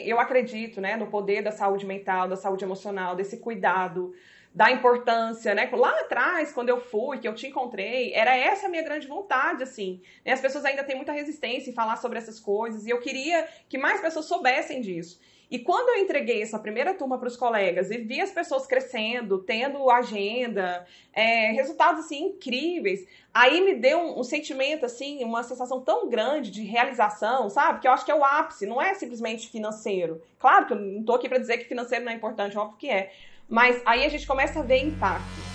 Eu acredito, né, no poder da saúde mental, da saúde emocional, desse cuidado, da importância, né? Lá atrás, quando eu fui, que eu te encontrei, era essa a minha grande vontade, assim. As pessoas ainda têm muita resistência em falar sobre essas coisas, e eu queria que mais pessoas soubessem disso. E quando eu entreguei essa primeira turma para os colegas e vi as pessoas crescendo, tendo agenda, resultados assim incríveis, aí me deu um sentimento, assim, uma sensação tão grande de realização, sabe? Que eu acho que é o ápice, não é simplesmente financeiro. Claro que eu não estou aqui para dizer que financeiro não é importante, óbvio que é. Mas aí a gente começa a ver impacto.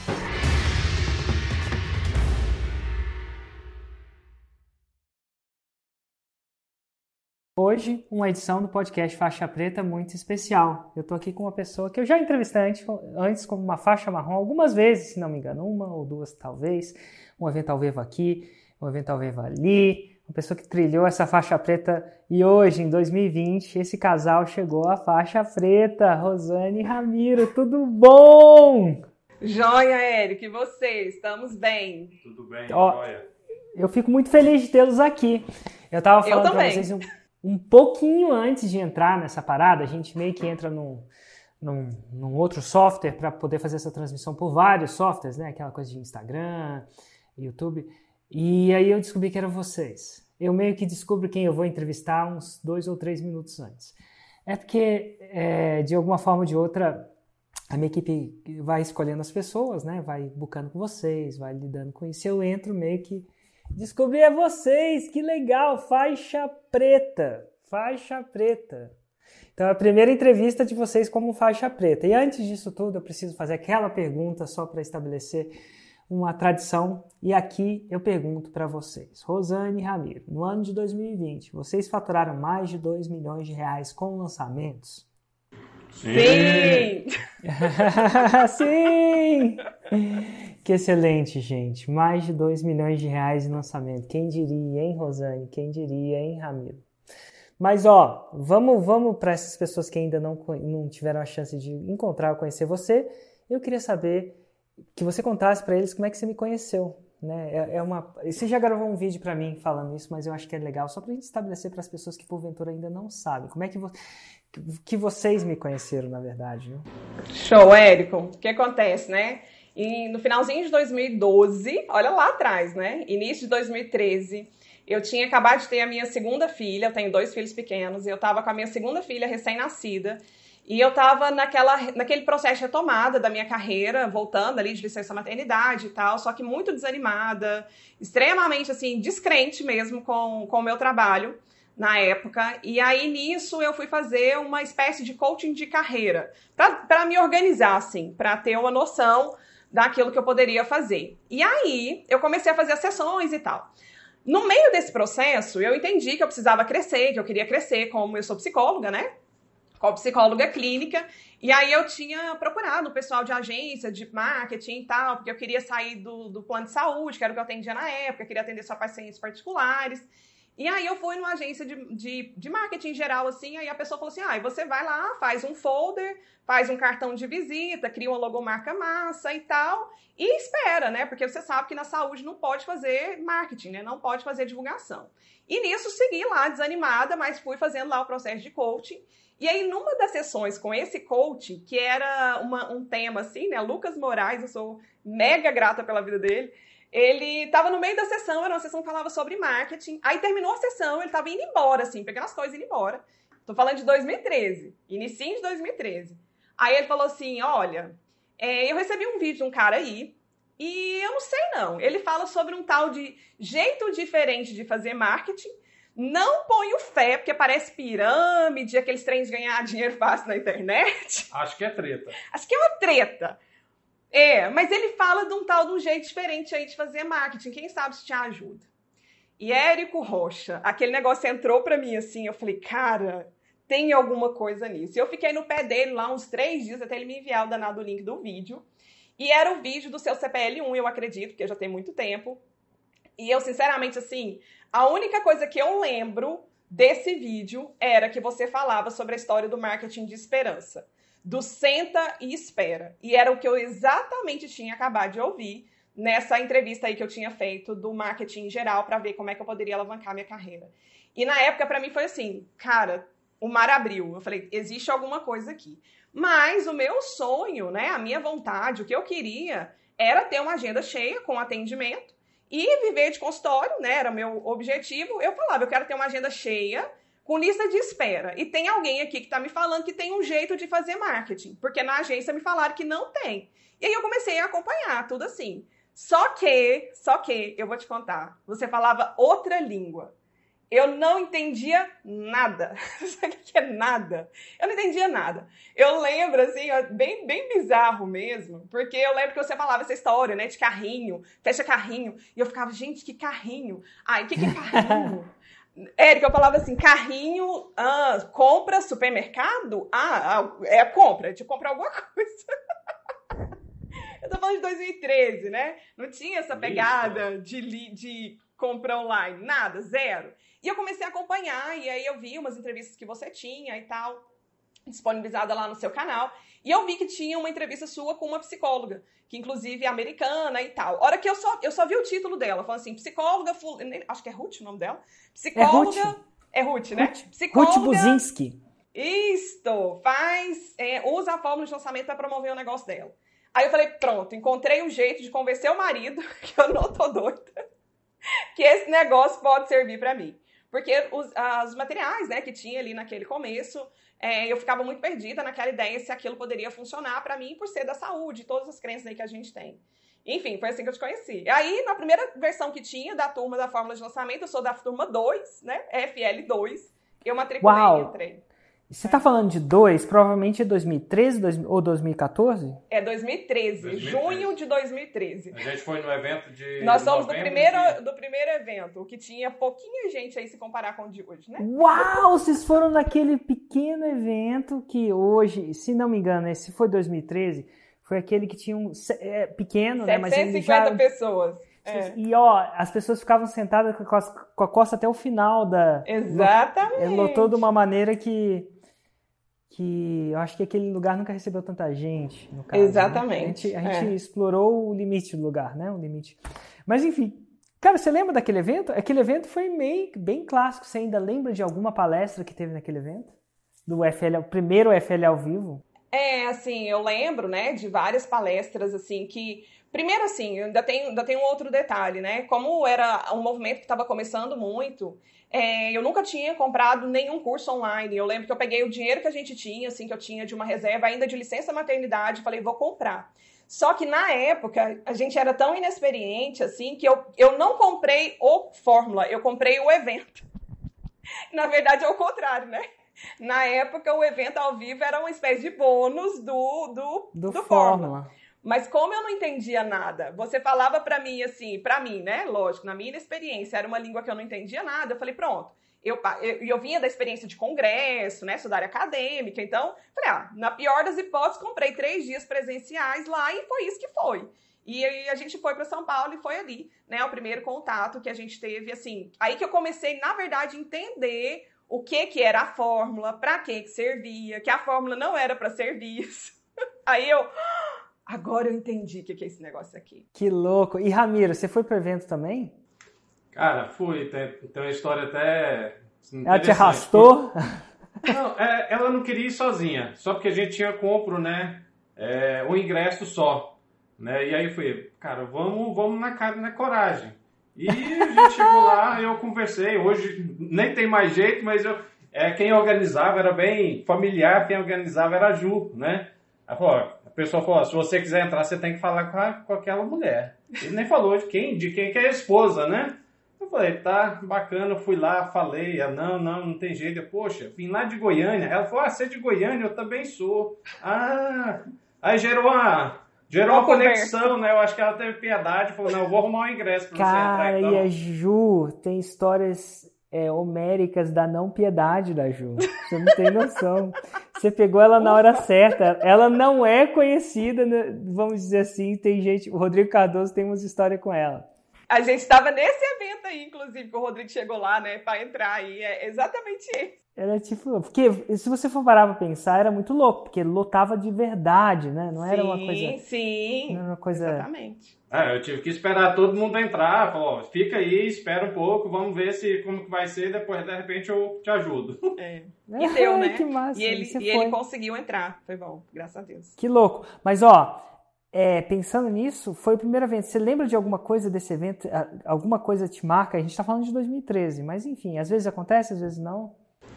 Hoje, uma edição do podcast Faixa Preta muito especial. Eu estou aqui com uma pessoa que eu já entrevistei antes como uma faixa marrom algumas vezes, se não me engano, uma ou duas talvez. Um evento ao vivo aqui, um evento ao vivo ali. Uma pessoa que trilhou essa faixa preta e hoje, em 2020, esse casal chegou à faixa preta. Rosane e Ramiro, tudo bom? Joia, Érico, e vocês? Estamos bem? Tudo bem, joia. Eu fico muito feliz de tê-los aqui. Eu estava falando para vocês um pouquinho antes de entrar nessa parada, a gente meio que entra num outro software para poder fazer essa transmissão por vários softwares, né? Aquela coisa de Instagram, YouTube. E aí eu descobri que eram vocês. Eu meio que descubro quem eu vou entrevistar uns 2 ou 3 minutos antes. É porque, de alguma forma ou de outra, a minha equipe vai escolhendo as pessoas, né? Vai bucando com vocês, vai lidando com isso. Eu entro meio que... Descobri vocês, que legal, faixa preta. Então é a primeira entrevista de vocês como faixa preta. E antes disso tudo, eu preciso fazer aquela pergunta só para estabelecer uma tradição. E aqui eu pergunto para vocês, Rosane e Ramiro, no ano de 2020, vocês faturaram mais de 2 milhões de reais com lançamentos? Sim! Sim! Que excelente, gente. Mais de 2 milhões de reais em lançamento. Quem diria, hein, Rosane? Quem diria, hein, Ramiro? Mas, vamos para essas pessoas que ainda não tiveram a chance de encontrar ou conhecer você. Eu queria saber que você contasse para eles como é que você me conheceu. Né? Você já gravou um vídeo para mim falando isso, mas eu acho que é legal só para a gente estabelecer para as pessoas que porventura ainda não sabem. Como é que vocês me conheceram, na verdade, né? Show, Érico. O que acontece, né? E no finalzinho de 2012, olha lá atrás, né? Início de 2013, eu tinha acabado de ter a minha segunda filha, eu tenho 2 filhos pequenos, e eu tava com a minha segunda filha recém-nascida, e eu tava naquele processo de retomada da minha carreira, voltando ali de licença maternidade e tal, só que muito desanimada, extremamente, assim, descrente mesmo com o meu trabalho na época, e aí nisso eu fui fazer uma espécie de coaching de carreira, para me organizar, assim, para ter uma noção daquilo que eu poderia fazer. E aí eu comecei a fazer as sessões e tal. No meio desse processo, eu entendi que eu precisava crescer, que eu queria crescer, como eu sou psicóloga, né? Como psicóloga clínica, e aí eu tinha procurado o pessoal de agência, de marketing e tal, porque eu queria sair do plano de saúde, que era o que eu atendia na época, queria atender só pacientes particulares. E aí eu fui numa agência de marketing geral, assim, aí a pessoa falou assim, e você vai lá, faz um folder, faz um cartão de visita, cria uma logomarca massa e tal, e espera, né? Porque você sabe que na saúde não pode fazer marketing, né? Não pode fazer divulgação. E nisso segui lá, desanimada, mas fui fazendo lá o processo de coaching. E aí, numa das sessões com esse coach, que era um tema assim, né? Lucas Moraes, eu sou mega grata pela vida dele. Ele estava no meio da sessão, era uma sessão que falava sobre marketing. Aí terminou a sessão, ele estava indo embora, assim, pegando as coisas e indo embora. Tô falando de 2013, inicinho de 2013. Aí ele falou assim, olha, eu recebi um vídeo de um cara aí, e eu não sei não. Ele fala sobre um tal de jeito diferente de fazer marketing. Não ponho fé, porque parece pirâmide, aqueles trens de ganhar dinheiro fácil na internet. Acho que é treta. Acho que é uma treta. Mas ele fala de um jeito diferente aí de fazer marketing. Quem sabe se te ajuda. E Érico Rocha, aquele negócio entrou pra mim assim, eu falei, cara, tem alguma coisa nisso. E eu fiquei no pé dele lá uns 3 dias até ele me enviar o danado link do vídeo. E era o vídeo do seu CPL1, eu acredito, porque já tem muito tempo. E eu, sinceramente, assim, a única coisa que eu lembro desse vídeo era que você falava sobre a história do marketing de esperança. Do senta e espera. E era o que eu exatamente tinha acabado de ouvir nessa entrevista aí que eu tinha feito do marketing em geral para ver como é que eu poderia alavancar minha carreira. E na época, para mim, foi assim, cara, o mar abriu. Eu falei, existe alguma coisa aqui. Mas o meu sonho, né, a minha vontade, o que eu queria era ter uma agenda cheia com atendimento e viver de consultório, né, era o meu objetivo. Eu falava, eu quero ter uma agenda cheia com lista de espera. E tem alguém aqui que está me falando que tem um jeito de fazer marketing, porque na agência me falaram que não tem. E aí eu comecei a acompanhar tudo assim. Só que, eu vou te contar, você falava outra língua. Eu não entendia nada. Sabe o que é nada? Eu não entendia nada. Eu lembro, assim, bem bizarro mesmo, porque eu lembro que você falava essa história, né, de carrinho, fecha carrinho, e eu ficava, gente, que carrinho? Ai, o que é carrinho? Érica, eu falava assim, carrinho, compra, supermercado? É compra, de comprar alguma coisa. Eu tô falando de 2013, né? Não tinha essa pegada de compra online, nada, zero. E eu comecei a acompanhar, e aí eu vi umas entrevistas que você tinha e tal, disponibilizada lá no seu canal, e eu vi que tinha uma entrevista sua com uma psicóloga, que inclusive é americana e tal. A hora que eu só vi o título dela, falando assim, psicóloga, acho que é Ruth o nome dela. Psicóloga... É Ruth, né? Psicóloga... Ruth Buzinski. Isto, usa a fórmula de lançamento para promover o negócio dela. Aí eu falei, pronto, encontrei um jeito de convencer o marido, que eu não tô doida, que esse negócio pode servir para mim. Porque os materiais, né, que tinha ali naquele começo, eu ficava muito perdida naquela ideia se aquilo poderia funcionar para mim por ser da saúde, todas as crenças aí que a gente tem. Enfim, foi assim que eu te conheci. Aí, na primeira versão que tinha da turma da Fórmula de Lançamento, eu sou da turma 2, né, FL2, eu matriculei e entrei. Você tá falando de 2, provavelmente é 2013 ou 2014? É 2013, junho de 2013. A gente foi no evento de... Nós somos do primeiro evento, o que tinha pouquinha gente aí se comparar com o de hoje, né? Uau, vocês foram naquele pequeno evento que hoje, se não me engano, esse foi 2013, foi aquele que tinha pequeno, né? Mas 750 pessoas. E as pessoas ficavam sentadas com a costa até o final da... Exatamente. Lotou de uma maneira que eu acho que aquele lugar nunca recebeu tanta gente, no caso. Exatamente. Né? A gente explorou o limite do lugar, né? O limite. Mas, enfim, cara, você lembra daquele evento? Aquele evento foi meio bem clássico. Você ainda lembra de alguma palestra que teve naquele evento? O primeiro FL ao vivo? Assim, eu lembro, né, de várias palestras, assim, que... Primeiro, assim, ainda tem um outro detalhe, né? Como era um movimento que estava começando muito, eu nunca tinha comprado nenhum curso online. Eu lembro que eu peguei o dinheiro que a gente tinha, assim, que eu tinha de uma reserva ainda de licença maternidade, falei, vou comprar. Só que na época, a gente era tão inexperiente, assim, que eu não comprei o Fórmula, eu comprei o evento. Na verdade, é o contrário, né? Na época, o evento ao vivo era uma espécie de bônus do Fórmula. Mas como eu não entendia nada, você falava pra mim assim, né, lógico, na minha experiência, era uma língua que eu não entendia nada, eu falei, pronto, eu vinha da experiência de congresso, né, sou da área acadêmica, então, falei, na pior das hipóteses, comprei 3 dias presenciais lá e foi isso que foi. E aí a gente foi para São Paulo e foi ali, né, o primeiro contato que a gente teve, assim, aí que eu comecei, na verdade, a entender o que era a fórmula, pra que servia, que a fórmula não era para servir isso. Aí agora eu entendi o que é esse negócio aqui. Que louco. E Ramiro, você foi pro evento também? Cara, fui. Tem uma história até... Ela te arrastou? Não, ela não queria ir sozinha. Só porque a gente tinha compro, né? O ingresso só. Né? E aí eu falei, cara, vamos na cara, na coragem. E a gente chegou lá, eu conversei. Hoje nem tem mais jeito, mas quem organizava era bem familiar. Quem organizava era a Ju, né? A pessoa falou, se você quiser entrar, você tem que falar com aquela mulher. Ele nem falou de quem que é a esposa, né? Eu falei, tá, bacana, eu fui lá, falei, não tem jeito. Poxa, vim lá de Goiânia. Ela falou, você é de Goiânia? Eu também sou. Aí gerou uma conexão, né? Eu acho que ela teve piedade, falou, não, eu vou arrumar um ingresso pra você entrar. Cara, e a Ju tem histórias homéricas da não piedade da Ju. Você não tem noção. Você pegou ela na hora certa. Ela não é conhecida, né? Vamos dizer assim, tem gente... O Rodrigo Cardoso tem umas histórias com ela. A gente estava nesse evento aí, inclusive, que o Rodrigo chegou lá, né, para entrar aí. É exatamente esse. Era tipo... Porque se você for parar pra pensar, era muito louco, porque lotava de verdade, né? Não era uma coisa... Sim, não era uma coisa... exatamente. Eu tive que esperar todo mundo entrar, falou, fica aí, espera um pouco, vamos ver como que vai ser, depois de repente eu te ajudo. E deu, né? Que massa. E ele conseguiu entrar, foi bom, graças a Deus. Que louco. Mas ó, pensando nisso, foi o primeiro evento. Você lembra de alguma coisa desse evento? Alguma coisa te marca? A gente tá falando de 2013, mas enfim, às vezes acontece, às vezes não.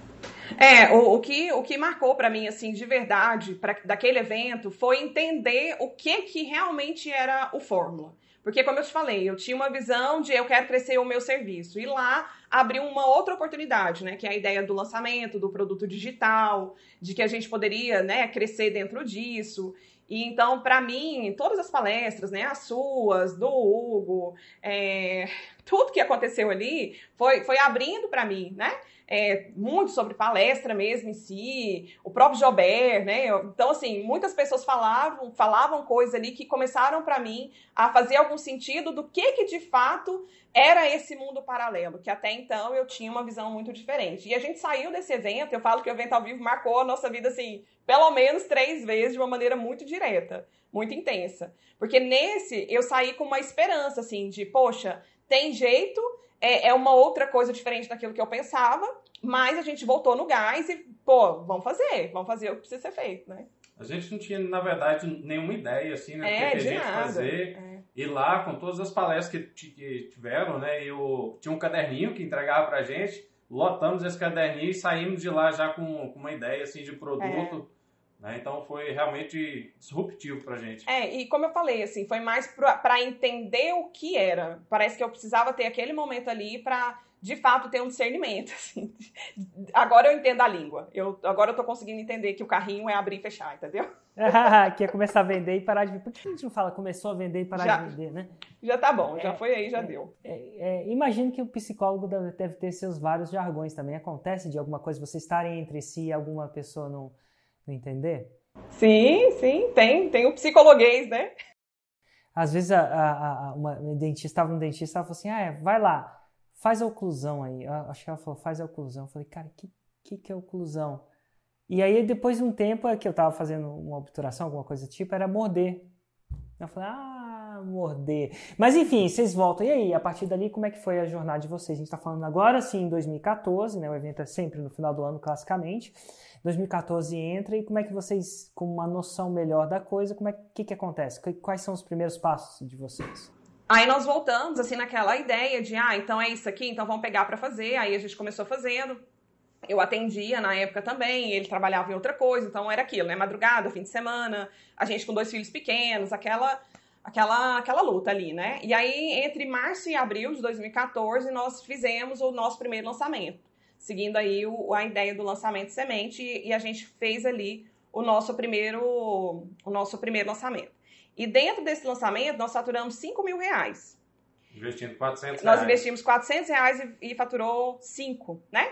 O que marcou para mim, assim, de verdade, daquele evento, foi entender o que realmente era o Fórmula. Porque, como eu te falei, eu tinha uma visão de eu quero crescer o meu serviço. E lá abriu uma outra oportunidade, né? Que é a ideia do lançamento, do produto digital, de que a gente poderia, né, crescer dentro disso. E então, para mim, todas as palestras, né, as suas, do Hugo, tudo que aconteceu ali foi abrindo para mim, né? Muito sobre palestra mesmo em si, o próprio Jober, né? Então, assim, muitas pessoas falavam coisas ali que começaram para mim a fazer algum sentido do que de fato era esse mundo paralelo, que até então eu tinha uma visão muito diferente. E a gente saiu desse evento, eu falo que o evento ao vivo marcou a nossa vida, assim, pelo menos 3 vezes de uma maneira muito direta, muito intensa. Porque nesse eu saí com uma esperança, assim, de, poxa, tem jeito, é uma outra coisa diferente daquilo que eu pensava, mas a gente voltou no gás e, vamos fazer o que precisa ser feito, né? A gente não tinha, na verdade, nenhuma ideia, assim, né, do que a gente fazer. E lá, com todas as palestras que tiveram, né, tinha um caderninho que entregava pra gente, lotamos esse caderninho e saímos de lá já com uma ideia, assim, de produto. Né? Então, foi realmente disruptivo pra gente. E como eu falei, assim, foi mais pra entender o que era. Parece que eu precisava ter aquele momento ali pra, de fato, ter um discernimento. Assim. Agora eu entendo a língua. Agora eu tô conseguindo entender que o carrinho é abrir e fechar, entendeu? Que é começar a vender e parar de vender. Por que a gente não fala começou a vender e parar de vender, né? Já tá bom, já foi aí, já deu. Imagino que o psicólogo deve ter seus vários jargões também. Acontece de alguma coisa, vocês estarem entre si e alguma pessoa não entender? Sim, tem o psicologuês, né? Às vezes uma dentista estava no dentista e falou assim, vai lá, faz a oclusão aí. Acho que ela falou, faz a oclusão. Eu falei, cara, que é oclusão? E aí depois de um tempo que eu estava fazendo uma obturação, alguma coisa do tipo, era morder. Eu falei, morder. Mas enfim, vocês voltam. E aí, a partir dali, como é que foi a jornada de vocês? A gente está falando agora, sim, em 2014, né? O evento é sempre no final do ano, classicamente. 2014 entra e como é que vocês, com uma noção melhor da coisa, que acontece? Quais são os primeiros passos de vocês? Aí nós voltamos, assim, naquela ideia de, então é isso aqui, então vamos pegar para fazer. Aí a gente começou fazendo. Eu atendia na época também, ele trabalhava em outra coisa, então era aquilo, né? Madrugada, fim de semana, a gente com 2 filhos pequenos, aquela luta ali, né? E aí, entre março e abril de 2014, nós fizemos o nosso primeiro lançamento, seguindo aí a ideia do lançamento semente, e a gente fez ali o nosso primeiro lançamento. E dentro desse lançamento, nós faturamos R$5.000. Investindo R$400. Nós investimos R$400 e faturou 5, né?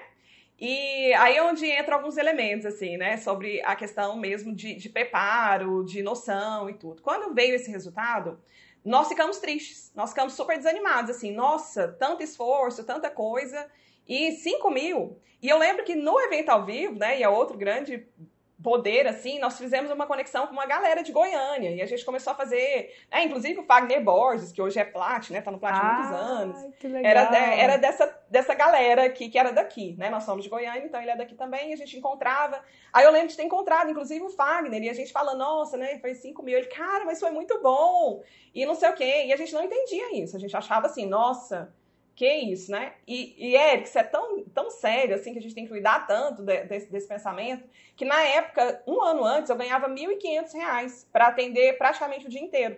E aí é onde entram alguns elementos, assim, né? Sobre a questão mesmo de preparo, de noção e tudo. Quando veio esse resultado, nós ficamos tristes. Nós ficamos super desanimados, assim. Nossa, tanto esforço, tanta coisa. E 5.000. E eu lembro que no evento ao vivo, né? E é outro grande poder, assim, nós fizemos uma conexão com uma galera de Goiânia, e a gente começou a fazer, né, inclusive o Fagner Borges, que hoje é Plat, né, tá no Plat há muitos anos, que legal. era dessa galera aqui, que era daqui, né, nós somos de Goiânia, então ele é daqui também, e a gente encontrava, aí eu lembro de ter encontrado, inclusive o Fagner, e a gente fala, nossa, né, foi 5.000, ele, cara, mas foi muito bom, e não sei o quê, e a gente não entendia isso, a gente achava assim, nossa, que isso, né? E Eric, isso é tão sério, assim, que a gente tem que cuidar tanto desse pensamento, que na época, um ano antes, eu ganhava R$1.500 para atender praticamente o dia inteiro.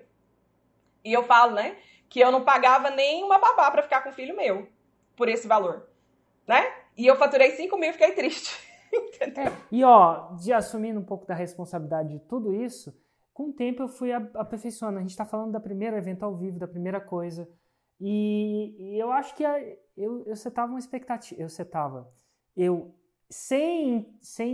E eu falo, né, que eu não pagava nem uma babá para ficar com o filho meu, por esse valor, né? E eu faturei 5.000 e fiquei triste. E ó, assumindo um pouco da responsabilidade de tudo isso, com o tempo eu fui aperfeiçoando. A gente tá falando da primeira evento ao vivo, da primeira coisa. E eu acho que eu setava uma expectativa, sem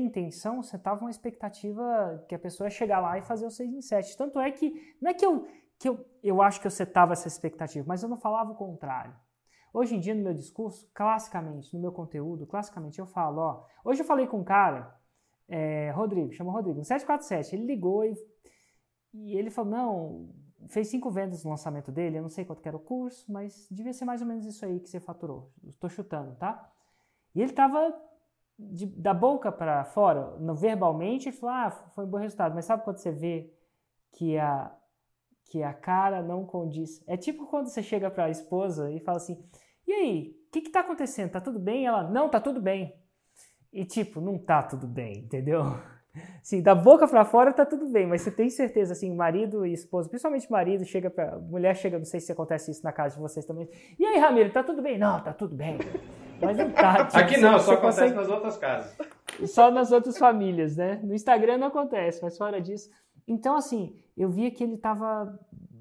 intenção, setava uma expectativa que a pessoa ia chegar lá e fazer o 6 em 7. Tanto é que, não é que eu que eu acho que eu setava essa expectativa, mas eu não falava o contrário. Hoje em dia, no meu discurso, classicamente, no meu conteúdo, classicamente eu falo, ó, hoje eu falei com um cara, Rodrigo, chama Rodrigo, no 747, ele ligou e ele falou, não, fez 5 vendas no lançamento dele, eu não sei quanto que era o curso, mas devia ser mais ou menos isso aí que você faturou, estou chutando, tá? E ele tava da boca para fora, verbalmente, ele falou, foi um bom resultado, mas sabe quando você vê que a cara não condiz? É tipo quando você chega para a esposa e fala assim, e aí, o que tá acontecendo? Tá tudo bem? Ela, não, tá tudo bem. E tipo, não tá tudo bem, entendeu? Assim, da boca pra fora tá tudo bem, mas você tem certeza, assim, marido e esposa, principalmente marido, mulher chega, não sei se acontece isso na casa de vocês também. E aí, Ramiro, tá tudo bem? Não, tá tudo bem. Mas não tá. Tipo, aqui não, só acontece nas outras casas. Só nas outras famílias, né? No Instagram não acontece, mas fora disso. Então, assim, eu via que ele tava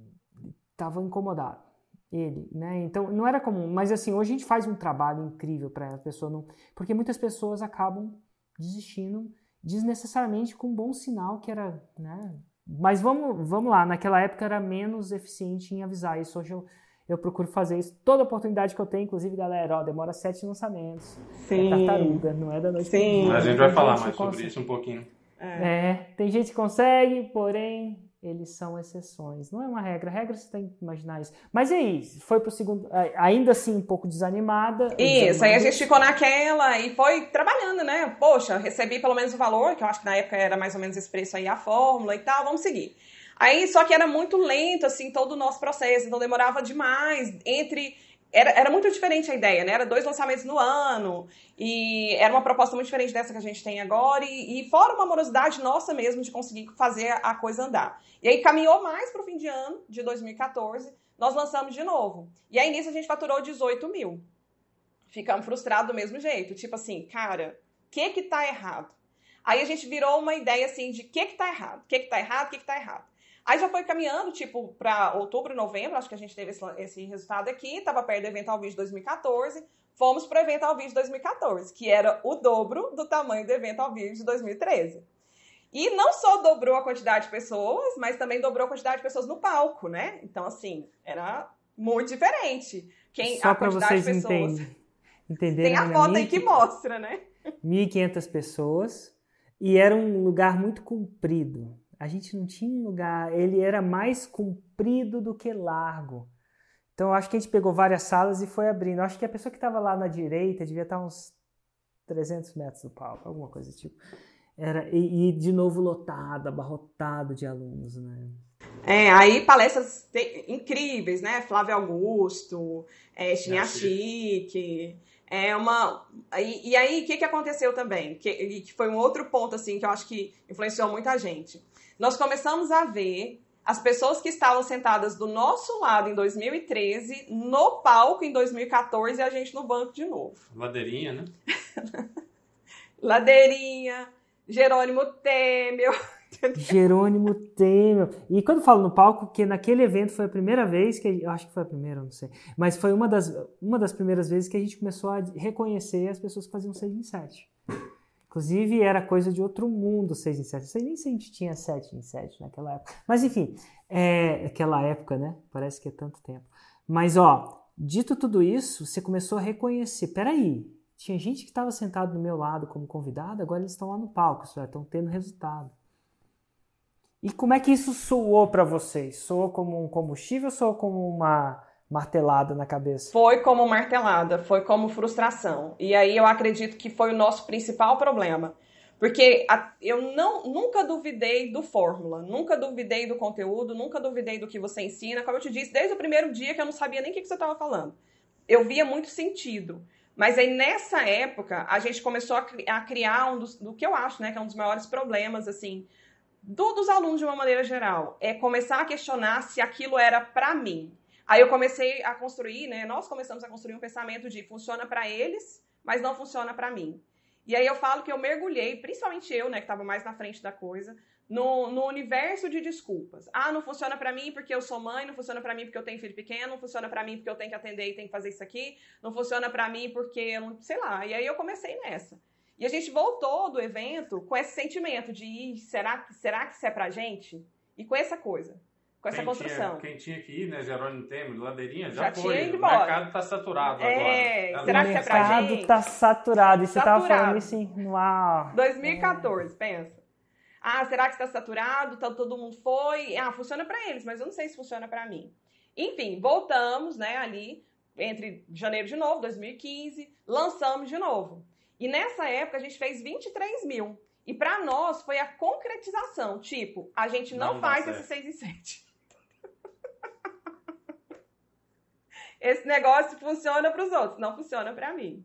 incomodado. Ele, né? Então, não era comum. Mas, assim, hoje a gente faz um trabalho incrível para a pessoa não... Porque muitas pessoas acabam desistindo desnecessariamente com um bom sinal que era, né? Mas vamos lá, naquela época era menos eficiente em avisar isso. Hoje eu procuro fazer isso. Toda oportunidade que eu tenho, inclusive, galera, demora 7 lançamentos. Sim. É tartaruga, não é da noite pro dia. A gente vai falar mais sobre isso um pouquinho. Tem gente que consegue, porém, eles são exceções. Não é uma regra. A regra você tem que imaginar isso. Mas aí, foi pro segundo... Ainda assim, um pouco desanimada. Isso, aí a gente ficou naquela e foi trabalhando, né? Poxa, recebi pelo menos o valor, que eu acho que na época era mais ou menos esse preço aí, a fórmula e tal, vamos seguir. Aí, só que era muito lento, assim, todo o nosso processo, então demorava demais Era muito diferente a ideia, né? Era 2 lançamentos no ano, e era uma proposta muito diferente dessa que a gente tem agora, e fora uma morosidade nossa mesmo de conseguir fazer a coisa andar. E aí caminhou mais para o fim de ano, de 2014, nós lançamos de novo. E aí nisso a gente faturou 18 mil. Ficamos frustrados do mesmo jeito, tipo assim, cara, o que tá errado? Aí a gente virou uma ideia assim de o que tá errado, o que tá errado, o que tá errado. Aí já foi caminhando, tipo, para outubro, novembro, acho que a gente teve esse resultado aqui, estava perto do evento ao vivo de 2014, fomos para o evento ao vivo de 2014, que era o dobro do tamanho do evento ao vivo de 2013. E não só dobrou a quantidade de pessoas, mas também dobrou a quantidade de pessoas no palco, né? Então, assim, era muito diferente. Só para vocês entenderem. Tem a foto aí que mostra, né? 1.500 pessoas, e era um lugar muito comprido. A gente não tinha um lugar, ele era mais comprido do que largo. Então, eu acho que a gente pegou várias salas e foi abrindo. Eu acho que a pessoa que estava lá na direita devia estar uns 300 metros do palco, alguma coisa do tipo. E de novo lotado, abarrotado de alunos, né? Aí palestras incríveis, né? Flávio Augusto, Chique. E aí, o que aconteceu também? Que foi um outro ponto, assim, que eu acho que influenciou muita gente. Nós começamos a ver as pessoas que estavam sentadas do nosso lado em 2013, no palco em 2014 e a gente no banco de novo. Ladeirinha, né? Ladeirinha, Jerônimo Temel. Jerônimo Temel. E quando eu falo no palco, que naquele evento foi a primeira vez que... Eu acho que foi a primeira, não sei. Mas foi uma das primeiras vezes que a gente começou a reconhecer as pessoas que faziam 6 em 7. Inclusive, era coisa de outro mundo 6 em 7. Eu sei nem se a gente tinha 7 em 7 naquela época. Mas, enfim, aquela época, né? Parece que é tanto tempo. Mas, dito tudo isso, você começou a reconhecer. Peraí, tinha gente que estava sentado do meu lado como convidado, agora eles estão lá no palco, estão tendo resultado. E como é que isso soou para vocês? Soou como um combustível ou soou como uma martelada na cabeça? Foi como martelada, foi como frustração. E aí eu acredito que foi o nosso principal problema. Porque eu nunca duvidei do fórmula, nunca duvidei do conteúdo, nunca duvidei do que você ensina. Como eu te disse, desde o primeiro dia que eu não sabia nem o que você estava falando. Eu via muito sentido. Mas aí nessa época, a gente começou a criar do que eu acho, né, que é um dos maiores problemas, assim, dos alunos de uma maneira geral. É começar a questionar se aquilo era para mim. Aí eu comecei a construir, né? Nós começamos a construir um pensamento de funciona para eles, mas não funciona para mim. E aí eu falo que eu mergulhei, principalmente eu, né, que estava mais na frente da coisa, no universo de desculpas. Não funciona para mim porque eu sou mãe, não funciona para mim porque eu tenho filho pequeno, não funciona para mim porque eu tenho que atender e tenho que fazer isso aqui, não funciona para mim porque eu não, sei lá. E aí eu comecei nessa. E a gente voltou do evento com esse sentimento de será que isso é pra gente? E com essa coisa. com essa construção. Quem tinha que ir, né, Jerônimo Temer, Ladeirinha, já foi. Tinha ido o mercado está saturado agora. Será que isso é pra gente? O mercado está saturado. E você estava falando isso em... Uau. 2014, pensa. Será que está saturado? Todo mundo foi. Funciona para eles, mas eu não sei se funciona para mim. Enfim, voltamos, né, ali, entre janeiro de novo, 2015, lançamos de novo. E nessa época a gente fez 23 mil. E para nós foi a concretização. Tipo, a gente não faz esse 6 em 7. Esse negócio funciona para os outros, não funciona para mim.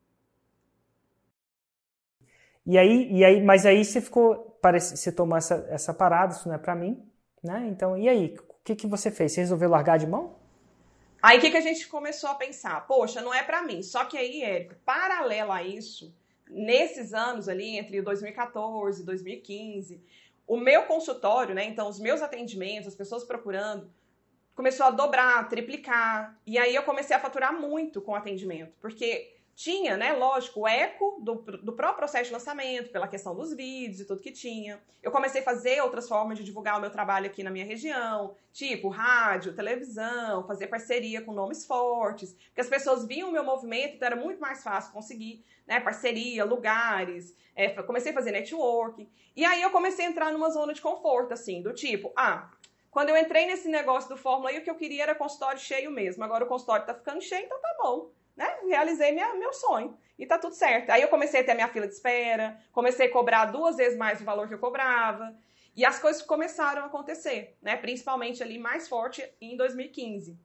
Mas aí você você tomou essa parada, isso não é para mim, né? Então, e aí? O que você fez? Você resolveu largar de mão? Aí o que a gente começou a pensar? Poxa, não é para mim. Só que aí, Érico, paralelo a isso, nesses anos ali, entre 2014 e 2015, o meu consultório, né? Então, os meus atendimentos, as pessoas procurando, começou a dobrar, triplicar. E aí eu comecei a faturar muito com o atendimento. Porque tinha, né, lógico, o eco do próprio processo de lançamento, pela questão dos vídeos e tudo que tinha. Eu comecei a fazer outras formas de divulgar o meu trabalho aqui na minha região, tipo rádio, televisão, fazer parceria com nomes fortes, porque as pessoas viam o meu movimento, então era muito mais fácil conseguir, né, parceria, lugares. Comecei a fazer networking. E aí eu comecei a entrar numa zona de conforto, assim, do tipo, quando eu entrei nesse negócio do Fórmula I, o que eu queria era consultório cheio mesmo. Agora o consultório tá ficando cheio, então tá bom. Né? Realizei meu sonho. E tá tudo certo. Aí eu comecei a ter a minha fila de espera, comecei a cobrar 2 vezes mais o valor que eu cobrava. E as coisas começaram a acontecer, né? Principalmente ali mais forte em 2015.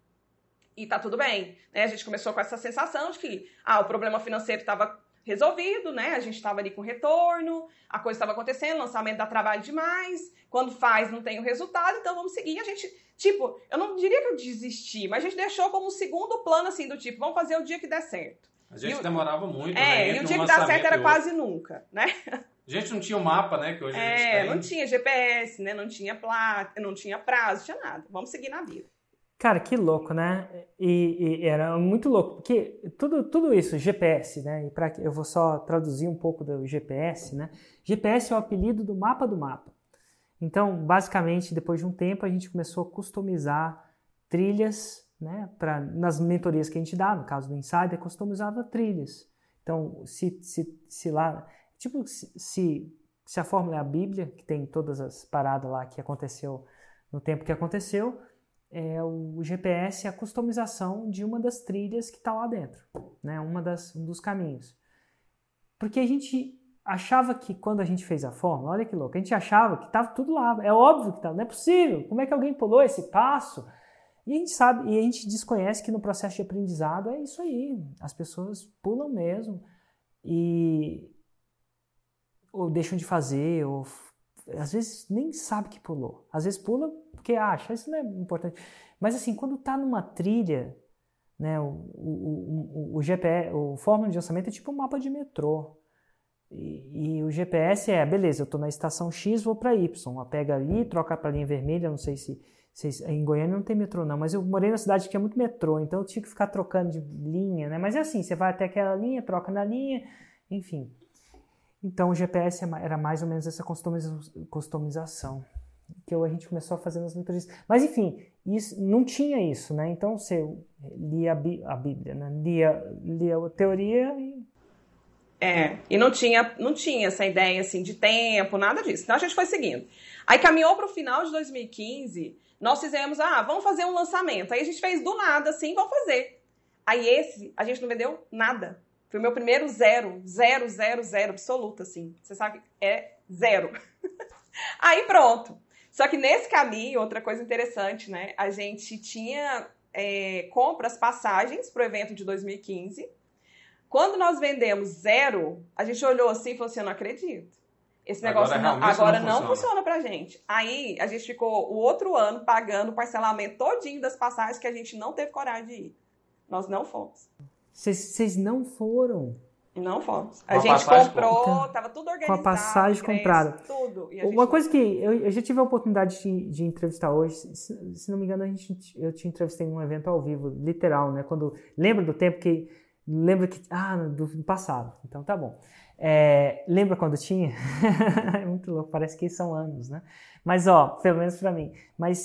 E tá tudo bem. Né? A gente começou com essa sensação de que o problema financeiro estava resolvido, né? A gente estava ali com retorno, a coisa estava acontecendo, lançamento dá trabalho demais, quando faz não tem o resultado, então vamos seguir. A gente, tipo, eu não diria que eu desisti, mas a gente deixou como um segundo plano, assim, do tipo, vamos fazer o dia que der certo. A gente demorava muito, né? E o dia que dá certo era quase nunca, né? A gente não tinha o mapa, né, que hoje a gente tem. Não tinha GPS, né? Não tinha placa, não tinha prazo, não tinha nada. Vamos seguir na vida. Cara, que louco, né? E era muito louco, porque tudo isso, GPS, né? Eu vou só traduzir um pouco do GPS, né? GPS é o apelido do mapa do mapa. Então, basicamente, depois de um tempo, a gente começou a customizar trilhas, né? Nas mentorias que a gente dá, no caso do Insider, customizava trilhas. Então, se lá... Tipo, se a fórmula é a Bíblia, que tem todas as paradas lá que aconteceu no tempo que aconteceu... o GPS é a customização de uma das trilhas que está lá dentro, né? Um dos caminhos. Porque a gente achava que quando a gente fez a fórmula, olha que louco, a gente achava que estava tudo lá, é óbvio que estava, não é possível, como é que alguém pulou esse passo? E a gente sabe, e a gente desconhece que no processo de aprendizado é isso aí, as pessoas pulam mesmo, ou deixam de fazer, ou às vezes nem sabe que pulou, às vezes pula porque acha, isso não é importante. Mas assim, quando está numa trilha, né, o GPS, o fórmula de lançamento é tipo um mapa de metrô. E o GPS beleza, eu estou na estação X, vou para Y. Pega ali, troca para a linha vermelha, não sei se em Goiânia não tem metrô não, mas eu morei na cidade que é muito metrô, então eu tinha que ficar trocando de linha, né? Mas é assim, você vai até aquela linha, troca na linha, enfim. Então o GPS era mais ou menos essa customização que a gente começou a fazer nas mentorias. Mas enfim, não tinha isso, né? Então você lia a Bíblia, né? Lia a teoria e não tinha essa ideia assim de tempo, nada disso. Então a gente foi seguindo. Aí caminhou para o final de 2015, nós fizemos, vamos fazer um lançamento. Aí a gente fez do nada, assim, vamos fazer. Aí a gente não vendeu nada. Foi o meu primeiro zero absoluto, assim. Você sabe, é zero. Aí pronto. Só que nesse caminho, outra coisa interessante, né? A gente tinha compras, passagens para o evento de 2015. Quando nós vendemos 0, a gente olhou assim e falou assim, eu não acredito. Esse negócio agora não funciona pra gente. Aí a gente ficou o outro ano pagando o parcelamento todinho das passagens que a gente não teve coragem de ir. Nós não fomos. Vocês não foram? Não fomos. A gente comprou, então, tava tudo organizado. Com a passagem comprada. Tudo. Uma coisa que eu já tive a oportunidade de entrevistar hoje, se não me engano, eu te entrevistei em um evento ao vivo, literal, né? Lembra do tempo que... do passado. Então tá bom. Lembra quando tinha? É muito louco, parece que são anos, né? Mas pelo menos pra mim. Mas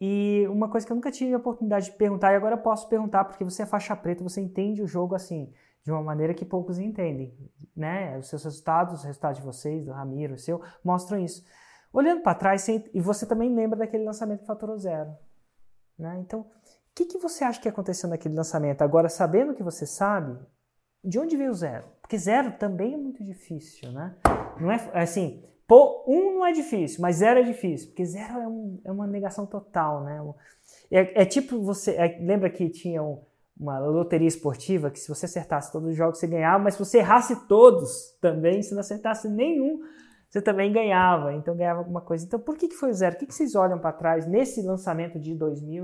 E uma coisa que eu nunca tive a oportunidade de perguntar, e agora eu posso perguntar, porque você é faixa preta, você entende o jogo assim, de uma maneira que poucos entendem, né? Os seus resultados, os resultados de vocês, do Ramiro, o seu, mostram isso. Olhando para trás, e você também lembra daquele lançamento que faturou 0, né? Então, o que você acha que aconteceu naquele lançamento? Agora, sabendo o que você sabe, de onde veio o 0? Porque 0 também é muito difícil, né? Não é assim, 1 não é difícil, mas 0 é difícil, porque 0 é uma negação total, né? É tipo você, lembra que tinha uma loteria esportiva que se você acertasse todos os jogos você ganhava, mas se você errasse todos também, se não acertasse nenhum, você também ganhava, então ganhava alguma coisa. Então por que foi o 0? O que vocês olham para trás nesse lançamento de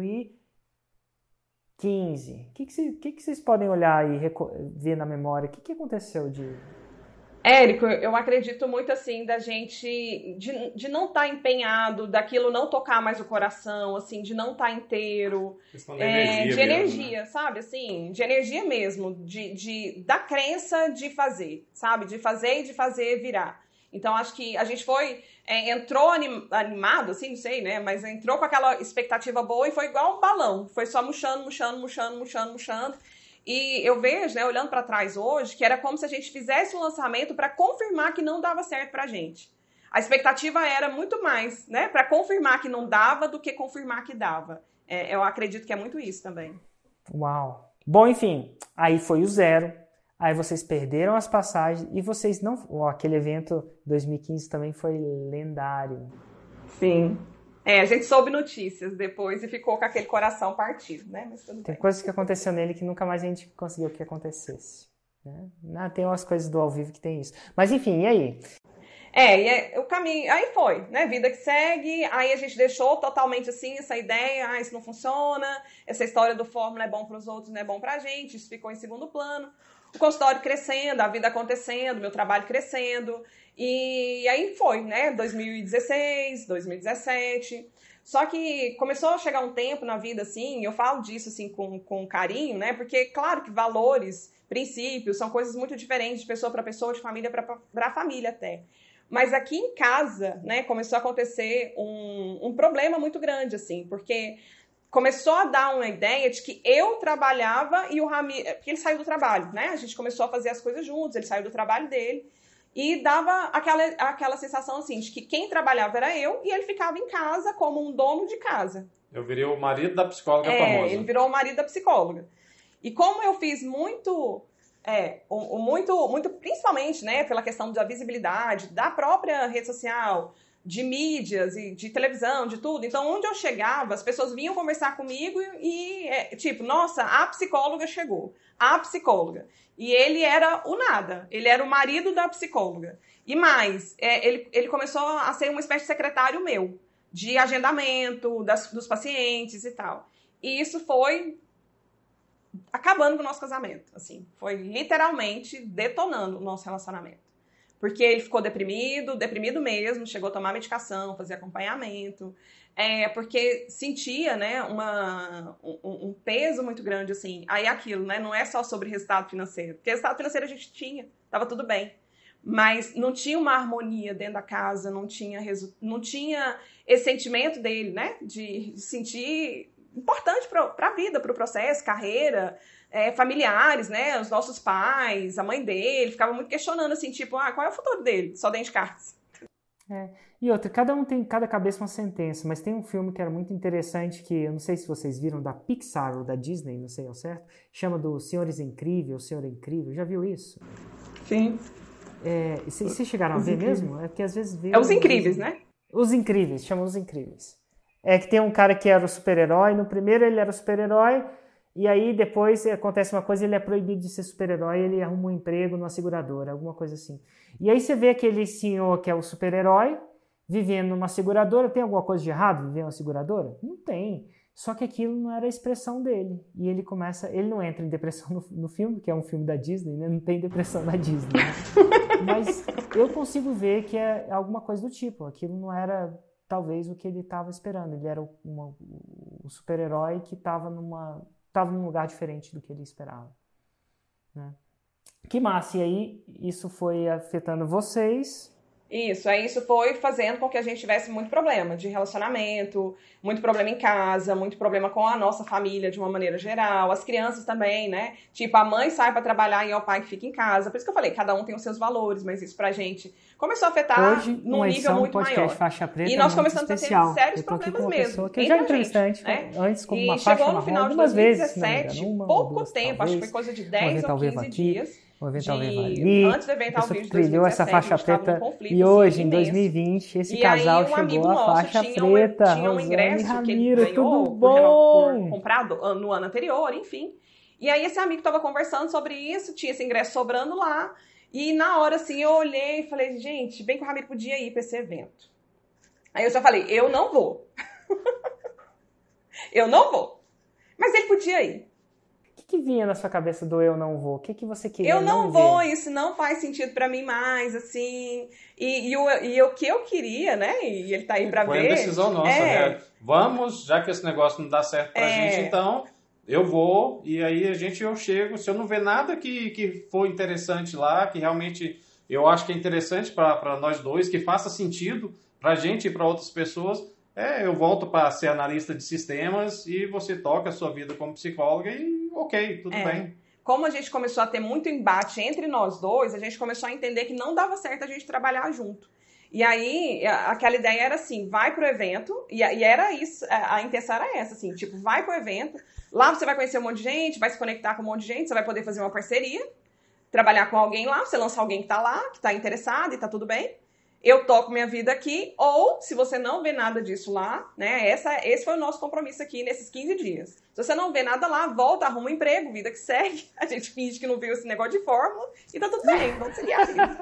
2015? O que vocês podem olhar e ver na memória? O que aconteceu de... Érico, eu acredito muito assim da gente de não estar empenhado, daquilo não tocar mais o coração, assim, de não estar inteiro, de energia, né? Sabe, assim, de energia mesmo, da crença de fazer, sabe, de fazer e de fazer virar. Então acho que a gente entrou animado, assim, não sei, né, mas entrou com aquela expectativa boa e foi igual um balão, foi só murchando. E eu vejo, né, olhando para trás hoje, que era como se a gente fizesse um lançamento para confirmar que não dava certo para a gente. A expectativa era muito mais, né, para confirmar que não dava do que confirmar que dava. Eu acredito que é muito isso também. Uau! Bom, enfim, aí foi o 0, aí vocês perderam as passagens e vocês não... aquele evento 2015 também foi lendário. Sim. A gente soube notícias depois e ficou com aquele coração partido, né? Mas tudo tem bem. Coisas que aconteceu nele que nunca mais a gente conseguiu que acontecesse, né? Tem umas coisas do ao vivo que tem isso. Mas enfim, e aí? O caminho, aí foi, né? Vida que segue, aí a gente deixou totalmente assim essa ideia, isso não funciona, essa história do fórmula é bom para os outros, não é bom pra gente, isso ficou em segundo plano. O consultório crescendo, a vida acontecendo, meu trabalho crescendo. E aí foi, né? 2016, 2017. Só que começou a chegar um tempo na vida, assim, eu falo disso, assim, com carinho, né? Porque, claro que valores, princípios, são coisas muito diferentes de pessoa para pessoa, de família para família até. Mas aqui em casa, né, começou a acontecer um problema muito grande, assim, porque... começou a dar uma ideia de que eu trabalhava e o Ramiro... Porque ele saiu do trabalho, né? A gente começou a fazer as coisas juntos, ele saiu do trabalho dele. E dava aquela sensação, assim, de que quem trabalhava era eu e ele ficava em casa como um dono de casa. Eu virei o marido da psicóloga famosa. Ele virou o marido da psicóloga. E como eu fiz muito, principalmente, né, pela questão da visibilidade, da própria rede social... de mídias e de televisão, de tudo. Então, onde eu chegava, as pessoas vinham conversar comigo tipo, nossa, a psicóloga chegou. A psicóloga. E ele era o nada. Ele era o marido da psicóloga. E mais, ele começou a ser uma espécie de secretário meu, de agendamento dos pacientes e tal. E isso foi acabando com o nosso casamento. Assim, foi literalmente detonando o nosso relacionamento. Porque ele ficou deprimido mesmo, chegou a tomar medicação, fazer acompanhamento, porque sentia, né, um peso muito grande, assim. Aí aquilo, né, não é só sobre resultado financeiro, porque resultado financeiro a gente tinha, estava tudo bem. Mas não tinha uma harmonia dentro da casa, não tinha esse sentimento dele, né, de sentir importante para a vida, para o processo, carreira... familiares, né, os nossos pais, a mãe dele, ficava muito questionando, assim, tipo, qual é o futuro dele? Só dentro de cartas. E outra, cada cabeça uma sentença, mas tem um filme que era muito interessante, que eu não sei se vocês viram, da Pixar ou da Disney, não sei ao certo, chama do Senhores Incrível, Senhor Incrível, já viu isso? Sim. Vocês chegaram a ver mesmo? É porque às vezes... Os Incríveis, né? Os Incríveis, chamam Os Incríveis. É que tem um cara que era o super-herói, no primeiro ele era o super-herói, e aí depois acontece uma coisa, ele é proibido de ser super-herói, ele arruma um emprego numa seguradora, alguma coisa assim. E aí você vê aquele senhor que é o super-herói, vivendo numa seguradora. Tem alguma coisa de errado viver numa seguradora? Não tem. Só que aquilo não era a expressão dele. E ele não entra em depressão no filme, que é um filme da Disney, né? Não tem depressão na Disney. Né? Mas eu consigo ver que é alguma coisa do tipo. Aquilo não era, talvez, o que ele estava esperando. Ele era o super-herói que estava num lugar diferente do que ele esperava. Né? Que massa! E aí, isso foi afetando vocês. Isso, aí isso foi fazendo com que a gente tivesse muito problema de relacionamento, muito problema em casa, muito problema com a nossa família de uma maneira geral, as crianças também, né? Tipo, a mãe sai pra trabalhar e é o pai que fica em casa. Por isso que eu falei, cada um tem os seus valores, mas isso pra gente começou a afetar Hoje, num nível muito maior. Faixa Preta e nós muito começamos especial. a ter sérios eu tô aqui problemas com uma mesmo. pessoa que eu já entrevistei antes como uma faixa chegou no final de algumas 2017, vezes, pouco tempo, acho que foi coisa de 10 ou 15 dias. Antes do evento ao vivo de 2017, essa faixa preta, e hoje, em 2020, esse casal chegou à faixa preta. Tinha um ingresso Ramiro, que ele ganhou tudo bom? por comprado no ano anterior, enfim. E aí esse amigo estava conversando sobre isso, tinha esse ingresso sobrando lá, e na hora, assim, eu olhei e falei, gente, bem que o Ramiro podia ir para esse evento. Aí eu só falei, eu não vou. Eu não vou. Mas ele podia ir. O que vinha na sua cabeça do eu não vou? O que você queria eu não vou, isso não faz sentido pra mim mais, assim, e o que eu queria, né, e ele tá aí pra ver. Foi a decisão nossa, né? Vamos, já que esse negócio não dá certo pra gente, então eu vou, e aí eu chego, se eu não ver nada que for interessante lá, que realmente eu acho que é interessante pra nós dois, que faça sentido pra gente e pra outras pessoas, eu volto para ser analista de sistemas e você toca a sua vida como psicóloga e ok, tudo bem. Como a gente começou a ter muito embate entre nós dois, a gente começou a entender que não dava certo a gente trabalhar junto. E aí, aquela ideia era assim, vai pro evento, e era isso, a intenção era essa, assim, tipo, vai pro evento, lá você vai conhecer um monte de gente, vai se conectar com um monte de gente, você vai poder fazer uma parceria, trabalhar com alguém lá, você lança alguém que tá lá, que tá interessado e tá tudo bem. Eu toco minha vida aqui, ou se você não vê nada disso lá, né, esse foi o nosso compromisso aqui nesses 15 dias. Se você não vê nada lá, volta, arruma um emprego, vida que segue, a gente finge que não viu esse negócio de fórmula e tá tudo bem, vamos seguir a vida.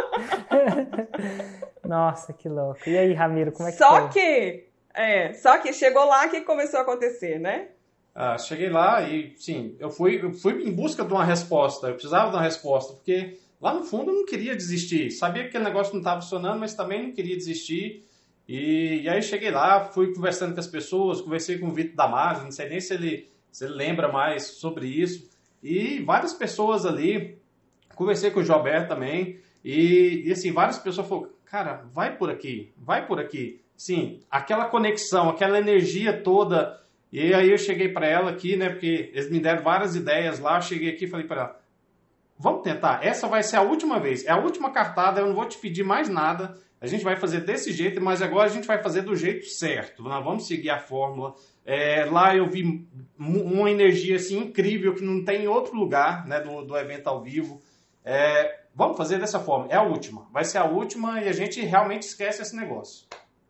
Nossa, que louco. E aí, Ramiro, como é que foi? Só que chegou lá, o que começou a acontecer, né? Cheguei lá e, sim, eu fui em busca de uma resposta, eu precisava de uma resposta, porque lá no fundo eu não queria desistir. Sabia que aquele negócio não estava funcionando, mas também não queria desistir. E aí cheguei lá, fui conversando com as pessoas, conversei com o Vitor Damasio, não sei nem se ele lembra mais sobre isso. E várias pessoas ali, conversei com o Jober também, e assim, várias pessoas falaram, cara, vai por aqui. Sim, aquela conexão, aquela energia toda. E aí eu cheguei para ela aqui, né, porque eles me deram várias ideias lá, eu cheguei aqui e falei para ela, vamos tentar, essa vai ser a última vez, é a última cartada, eu não vou te pedir mais nada, a gente vai fazer desse jeito, mas agora a gente vai fazer do jeito certo, nós vamos seguir a fórmula. Lá eu vi uma energia assim, incrível que não tem em outro lugar, né, do evento ao vivo. Vamos fazer dessa forma, é a última, vai ser a última e a gente realmente esquece esse negócio.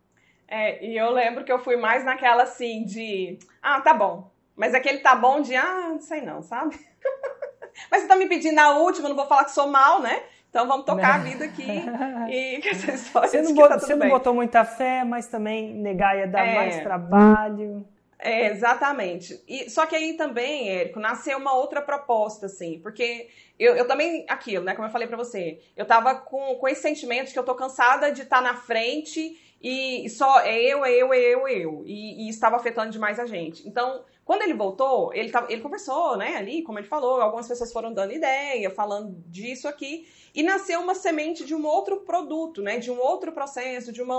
E eu lembro que eu fui mais naquela assim de, tá bom, mas aquele tá bom de, não sei não, sabe? Mas você tá me pedindo a última, eu não vou falar que sou mal, né? Então vamos tocar a vida aqui e que essa história você não botou muita fé, mas também negar ia dar mais trabalho. Exatamente. Só que aí também, Érico, nasceu uma outra proposta, assim, porque eu também, aquilo, né, como eu falei pra você, eu tava com esse sentimento de que eu tô cansada de estar na frente e só eu, e estava afetando demais a gente. Então, quando ele voltou, ele conversou, né, ali, como ele falou, algumas pessoas foram dando ideia, falando disso aqui, e nasceu uma semente de um outro produto, né, de um outro processo, de um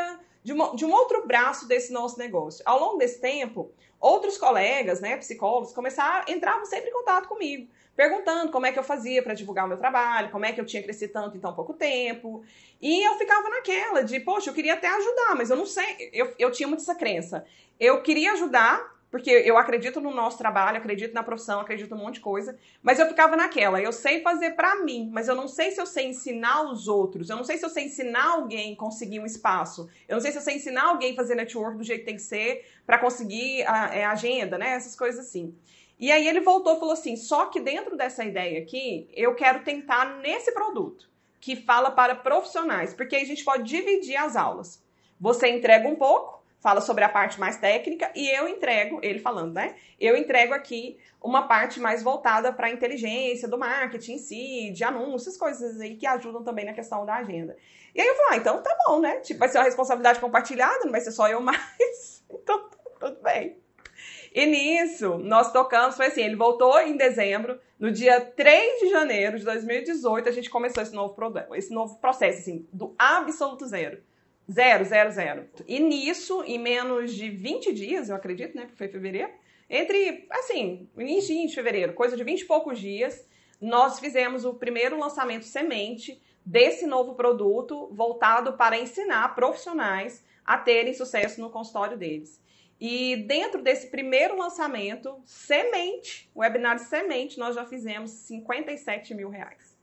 outro braço desse nosso negócio. Ao longo desse tempo, outros colegas, né, psicólogos, entravam sempre em contato comigo, perguntando como é que eu fazia para divulgar o meu trabalho, como é que eu tinha crescido tanto em tão pouco tempo. E eu ficava naquela de, poxa, eu queria até ajudar, mas eu não sei, eu tinha muito essa crença. Eu queria ajudar, porque eu acredito no nosso trabalho, acredito na profissão, acredito em um monte de coisa, mas eu ficava naquela, eu sei fazer pra mim, mas eu não sei se eu sei ensinar os outros, eu não sei se eu sei ensinar alguém a conseguir um espaço, eu não sei se eu sei ensinar alguém a fazer network do jeito que tem que ser pra conseguir a agenda, né, essas coisas assim. E aí ele voltou e falou assim, só que dentro dessa ideia aqui, eu quero tentar nesse produto, que fala para profissionais, porque aí a gente pode dividir as aulas. Você entrega um pouco, fala sobre a parte mais técnica, e eu entrego, ele falando, né? Eu entrego aqui uma parte mais voltada para a inteligência do marketing em si, de anúncios, coisas aí que ajudam também na questão da agenda. E aí eu falei, então tá bom, né? Tipo, vai ser uma responsabilidade compartilhada, não vai ser só eu mais, então tudo bem. E nisso, nós tocamos, foi assim, ele voltou em dezembro, no dia 3 de janeiro de 2018, a gente começou esse novo processo, assim, do absoluto zero. Zero, zero, zero. E nisso, em menos de 20 dias, eu acredito, né, porque foi fevereiro, entre, assim, início de fevereiro, coisa de 20 e poucos dias, nós fizemos o primeiro lançamento semente desse novo produto voltado para ensinar profissionais a terem sucesso no consultório deles. E dentro desse primeiro lançamento, semente, webinar semente, nós já fizemos R$57 mil.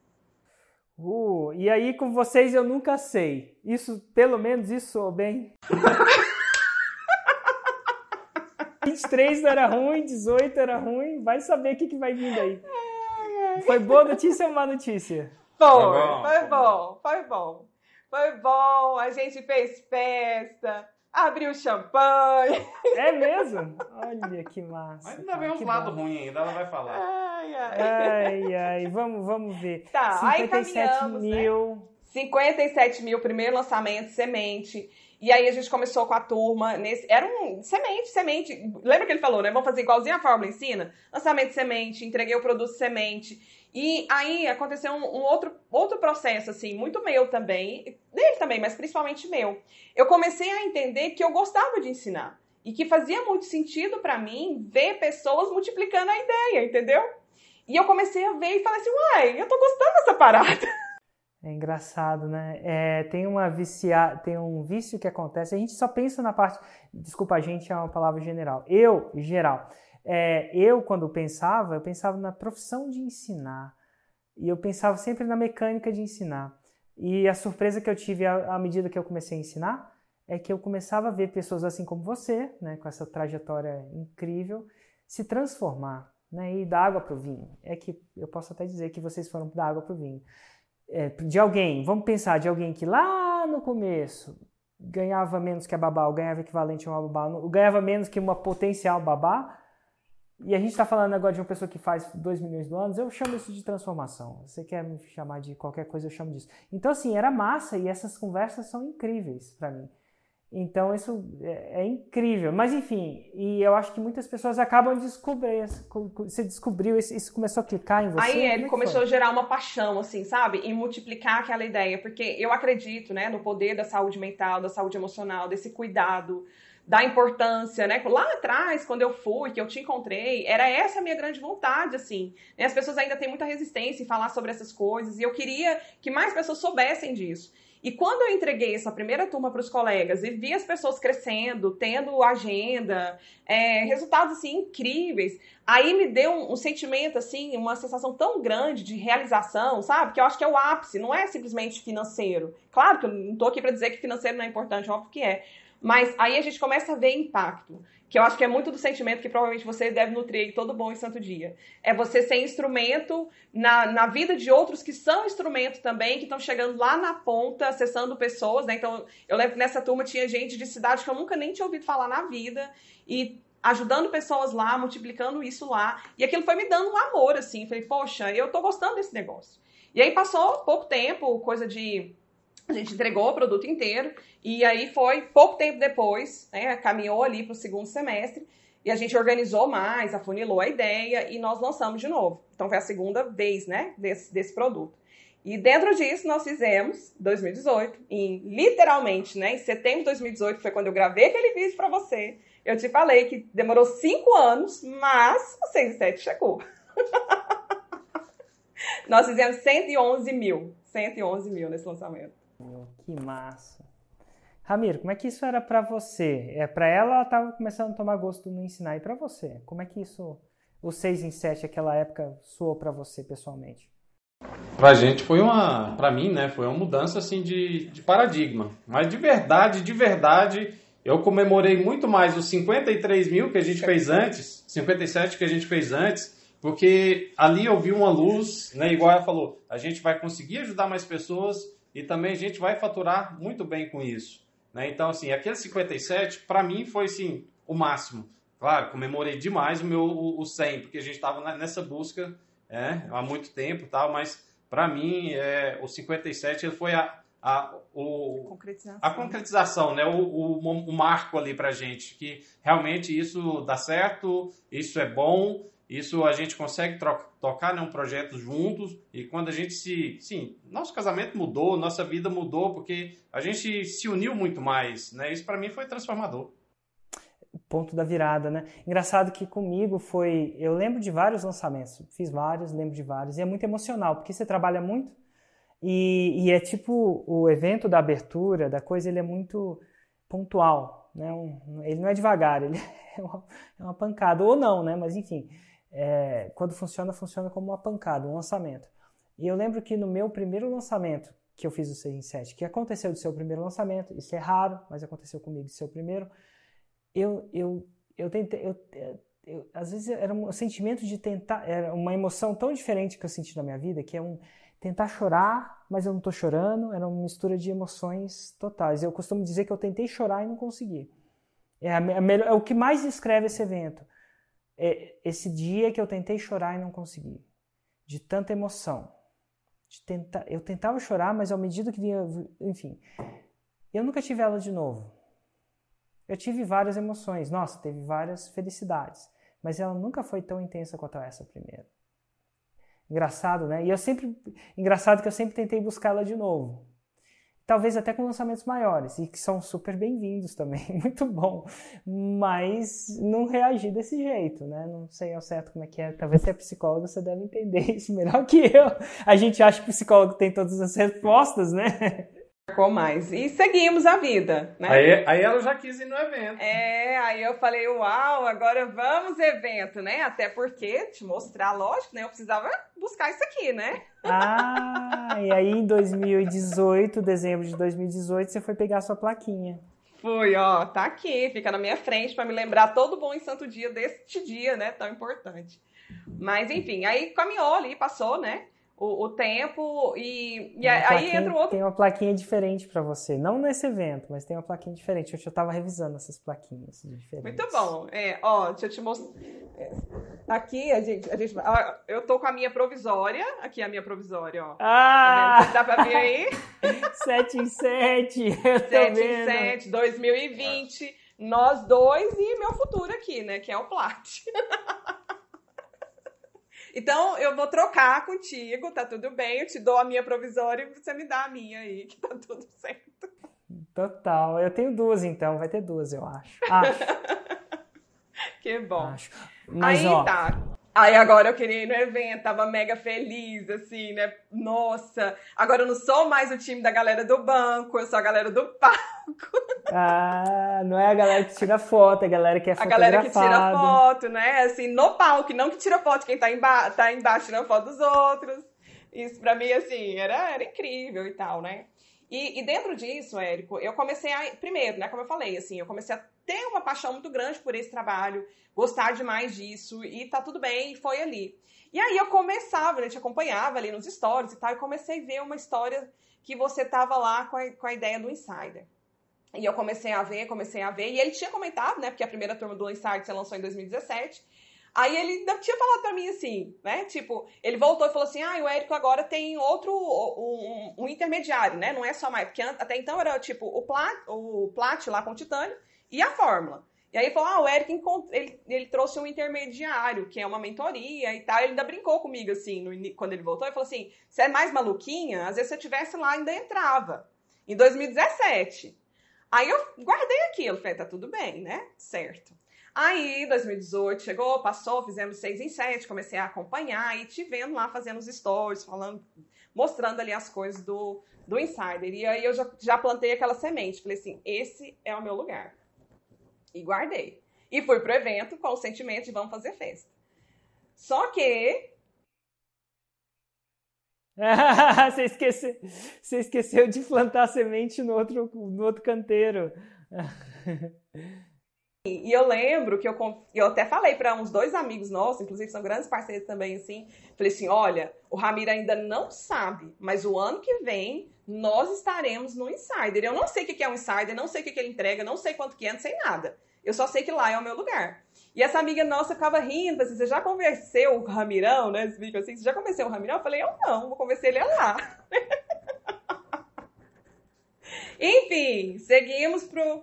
E aí com vocês eu nunca sei. Isso, pelo menos isso soou bem. 23 não era ruim, 18 era ruim, vai saber o que vai vir daí. Foi boa notícia ou má notícia? Foi bom, a gente fez festa, abriu champanhe. É mesmo? Olha que massa. Mas ainda vem uns lados ruins ainda, ela vai falar. Ai, vamos ver. Tá, 57 mil. Né? 57 mil, primeiro lançamento, semente. E aí a gente começou com a turma, era um semente. Lembra que ele falou, né? Vamos fazer igualzinho a Fórmula Ensina? Lançamento de semente, entreguei o produto semente. E aí aconteceu um outro processo, assim, muito meu também, dele também, mas principalmente meu. Eu comecei a entender que eu gostava de ensinar. E que fazia muito sentido para mim ver pessoas multiplicando a ideia, entendeu? E eu comecei a ver e falei assim, uai, eu tô gostando dessa parada. É engraçado, né? Tem um vício que acontece, a gente só pensa na parte... Desculpa, a gente é uma palavra general. Eu, quando pensava, eu pensava na profissão de ensinar. E eu pensava sempre na mecânica de ensinar. E a surpresa que eu tive à medida que eu comecei a ensinar é que eu começava a ver pessoas assim como você, né, com essa trajetória incrível, se transformar, né, e dar água para o vinho. É que eu posso até dizer que vocês foram dar água para o vinho. Vamos pensar de alguém que lá no começo ganhava menos que a babá, ou ganhava equivalente a uma babá, ou ganhava menos que uma potencial babá, e a gente está falando agora de uma pessoa que faz 2 milhões de anos, eu chamo isso de transformação. Você quer me chamar de qualquer coisa, eu chamo disso. Então, assim, era massa e essas conversas são incríveis para mim. Então, isso é incrível. Mas, enfim, e eu acho que muitas pessoas acabam de descobrir. Você descobriu, isso começou a clicar em você? Aí ele começou a gerar uma paixão, assim, sabe? E multiplicar aquela ideia. Porque eu acredito, né, no poder da saúde mental, da saúde emocional, desse cuidado, da importância, né? Lá atrás, quando eu fui, que eu te encontrei, era essa a minha grande vontade, assim. As pessoas ainda têm muita resistência em falar sobre essas coisas, e eu queria que mais pessoas soubessem disso. E quando eu entreguei essa primeira turma para os colegas e vi as pessoas crescendo, tendo agenda, resultados, assim, incríveis, aí me deu um sentimento, assim, uma sensação tão grande de realização, sabe? Que eu acho que é o ápice, não é simplesmente financeiro. Claro que eu não estou aqui para dizer que financeiro não é importante, óbvio que é. Mas aí a gente começa a ver impacto, que eu acho que é muito do sentimento que provavelmente você deve nutrir todo bom e santo dia. É você ser instrumento na vida de outros que são instrumento também, que estão chegando lá na ponta, acessando pessoas, né? Então, eu lembro que nessa turma tinha gente de cidade que eu nunca nem tinha ouvido falar na vida, e ajudando pessoas lá, multiplicando isso lá, e aquilo foi me dando um amor, assim. Falei, poxa, eu tô gostando desse negócio. E aí passou pouco tempo, a gente entregou o produto inteiro, e aí foi pouco tempo depois, né, caminhou ali para o segundo semestre, e a gente organizou mais, afunilou a ideia, e nós lançamos de novo. Então foi a segunda vez, né, desse produto. E dentro disso nós fizemos, 2018, literalmente, né, em setembro de 2018, foi quando eu gravei aquele vídeo para você, eu te falei que demorou 5 anos, mas o 6 e 7 chegou. Nós fizemos 111 mil nesse lançamento. Que massa. Ramiro, como é que isso era para você? Para ela estava começando a tomar gosto no ensinar. E para você? Como é que isso, o 6 em 7, aquela época, soou para você pessoalmente? Pra gente pra mim, né, foi uma mudança assim de paradigma. Mas de verdade, eu comemorei muito mais os 53 mil que a gente fez antes, 57 que a gente fez antes, porque ali eu vi uma luz, né, igual ela falou, a gente vai conseguir ajudar mais pessoas e também a gente vai faturar muito bem com isso, né? Então, assim, aquele 57, para mim, foi, assim, o máximo. Claro, comemorei demais o 100, porque a gente estava nessa busca há muito tempo, tal, mas para mim, o 57 foi a concretização, né? O marco ali pra gente, que realmente isso dá certo, isso é bom, isso a gente consegue tocar, né, um projeto juntos, e quando a gente sim, nosso casamento mudou, nossa vida mudou, porque a gente se uniu muito mais, né? Isso para mim foi transformador. Ponto da virada, né? Engraçado que comigo eu lembro de vários lançamentos, fiz vários, lembro de vários, e é muito emocional, porque você trabalha muito, e é tipo, o evento da abertura, da coisa, ele é muito pontual, né? Ele não é devagar, ele é uma pancada, ou não, né? Mas enfim, quando funciona como uma pancada, um lançamento. E eu lembro que no meu primeiro lançamento, que eu fiz o 6 em 7, que aconteceu de ser o primeiro lançamento, isso é raro, mas aconteceu comigo de ser o primeiro, eu tentei, às vezes era um sentimento de tentar, era uma emoção tão diferente que eu senti na minha vida, que é tentar chorar, mas eu não estou chorando, era uma mistura de emoções totais. Eu costumo dizer que eu tentei chorar e não consegui. É o que mais descreve esse evento. Esse dia que eu tentei chorar e não consegui. De tanta emoção. Eu tentava chorar, mas à medida que vinha... Enfim, eu nunca tive ela de novo. Eu tive várias emoções. Nossa, teve várias felicidades. Mas ela nunca foi tão intensa quanto essa primeira. Engraçado, né? Engraçado que eu sempre tentei buscá-la de novo. Talvez até com lançamentos maiores, e que são super bem-vindos também, muito bom. Mas não reagi desse jeito, né? Não sei ao certo como é que é. Talvez você é psicólogo, você deve entender isso melhor que eu. A gente acha que o psicólogo tem todas as respostas, né? Marcou mais. E seguimos a vida, né? Aí ela já quis ir no evento. Aí eu falei, uau, agora vamos evento, né? Até porque, te mostrar, lógico, né? Eu precisava buscar isso aqui, né? E aí em 2018, dezembro de 2018, você foi pegar a sua plaquinha. Fui, ó, tá aqui, fica na minha frente para me lembrar todo bom e santo dia deste dia, né? Tão importante. Mas, enfim, aí caminhou ali, passou, né? O tempo e aí entra o outro... Tem uma plaquinha diferente para você, não nesse evento, mas tem uma plaquinha diferente. Eu tava revisando essas plaquinhas diferentes. Muito bom. Ó, deixa eu te mostrar. Aqui, a gente eu tô com a minha provisória, aqui a minha provisória, ó. Tá vendo? Dá pra ver aí? 7 em 7, 7 em 7, 2020, nós dois e meu futuro aqui, né, que é o Plat. Então, eu vou trocar contigo, tá tudo bem, eu te dou a minha provisória e você me dá a minha aí, que tá tudo certo. Total, eu tenho duas então, vai ter duas, eu acho. Que bom. Acho. Mas, aí tá. Aí agora eu queria ir no evento, tava mega feliz, assim, né? Nossa, agora eu não sou mais o time da galera do banco, eu sou a galera do palco. Não é a galera que tira foto, é a galera que é fotografada. A galera que tira foto, né? Assim, no palco, não que tira foto quem tá embaixo tirando foto dos outros. Isso pra mim, assim, era incrível e tal, né? E dentro disso, Érico, eu comecei primeiro, né, como eu falei, assim, eu comecei a ter uma paixão muito grande por esse trabalho, gostar demais disso, e tá tudo bem, e foi ali. E aí eu começava, né, te acompanhava ali nos stories e tal, e comecei a ver uma história que você tava lá com a ideia do Insider. E eu comecei a ver, e ele tinha comentado, né, porque a primeira turma do Insider você lançou em 2017, aí ele tinha falado pra mim assim, né, tipo, ele voltou e falou assim, o Érico agora tem outro, um intermediário, né, não é só mais, porque até então era tipo o Plat lá com o Titânio e a Fórmula. E aí ele falou, o Érico, ele trouxe um intermediário, que é uma mentoria e tal, ele ainda brincou comigo, assim, quando ele voltou, ele falou assim, você é mais maluquinha? Às vezes se eu tivesse lá, ainda entrava. Em 2017. Aí eu guardei aquilo, falei, tá tudo bem, né, certo. Aí, 2018 chegou, passou, fizemos 6 em 7, comecei a acompanhar e te vendo lá fazendo os stories, falando, mostrando ali as coisas do Insider. E aí eu já plantei aquela semente, falei assim, esse é o meu lugar. E guardei. E fui pro evento com o sentimento de vamos fazer festa. Só que... Você esqueceu de plantar a semente no outro canteiro. E eu lembro que eu até falei para uns 2 amigos nossos, inclusive são grandes parceiros também, assim, falei assim, olha, o Ramiro ainda não sabe, mas o ano que vem nós estaremos no Insider. Eu não sei o que é um Insider, não sei o que ele entrega, não sei quanto que é, não sei nada. Eu só sei que lá é o meu lugar. E essa amiga nossa ficava rindo, assim, você já convenceu o Ramirão, né? Você já convenceu o Ramirão? Eu falei, eu não, vou convencer ele a lá. Enfim, seguimos pro...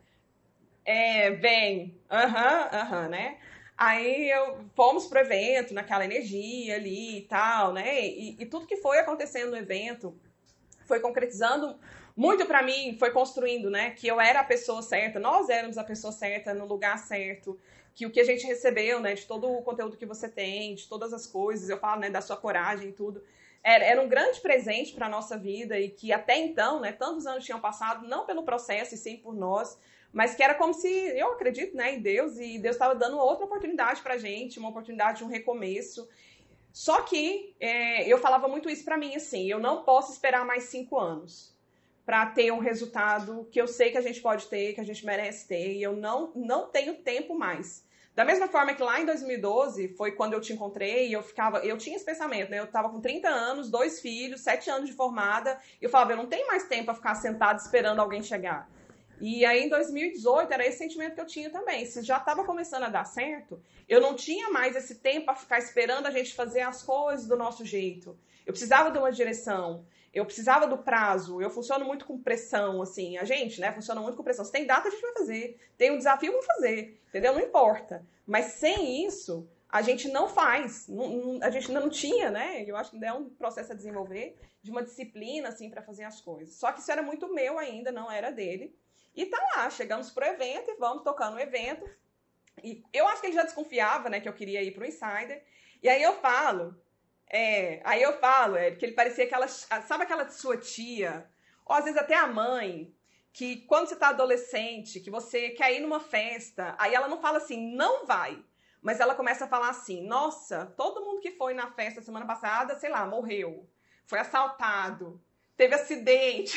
né? Aí fomos pro evento, naquela energia ali e tal, né? E tudo que foi acontecendo no evento foi concretizando muito pra mim, foi construindo, né? Que eu era a pessoa certa, nós éramos a pessoa certa no lugar certo, que o que a gente recebeu, né? De todo o conteúdo que você tem, de todas as coisas, eu falo, né? Da sua coragem e tudo. Era um grande presente para a nossa vida e que até então, né? Tantos anos tinham passado, não pelo processo e sim por nós, mas que era como se, eu acredito, né, em Deus, e Deus estava dando outra oportunidade pra gente, uma oportunidade de um recomeço. Só que eu falava muito isso pra mim, assim, eu não posso esperar mais 5 anos pra ter um resultado que eu sei que a gente pode ter, que a gente merece ter, e eu não tenho tempo mais. Da mesma forma que lá em 2012, foi quando eu te encontrei, eu tinha esse pensamento, né? Eu tava com 30 anos, 2 filhos, 7 anos de formada, e eu falava, eu não tenho mais tempo pra ficar sentada esperando alguém chegar. E aí, em 2018, era esse sentimento que eu tinha também. Se já estava começando a dar certo, eu não tinha mais esse tempo para ficar esperando a gente fazer as coisas do nosso jeito. Eu precisava de uma direção, eu precisava do prazo, eu funciono muito com pressão, assim. A gente, né, funciona muito com pressão. Se tem data, a gente vai fazer. Tem um desafio, vamos fazer. Entendeu? Não importa. Mas sem isso, a gente não faz. A gente ainda não tinha, né? Eu acho que ainda é um processo a desenvolver, de uma disciplina, assim, para fazer as coisas. Só que isso era muito meu ainda, não era dele. E tá lá, chegamos pro evento e vamos tocando o evento. E eu acho que ele já desconfiava, né, que eu queria ir pro Insider. E aí eu falo, que ele parecia aquela, sabe aquela sua tia, ou às vezes até a mãe, que quando você tá adolescente, que você quer ir numa festa, aí ela não fala assim, não vai. Mas ela começa a falar assim, nossa, todo mundo que foi na festa semana passada, sei lá, morreu, foi assaltado, teve acidente.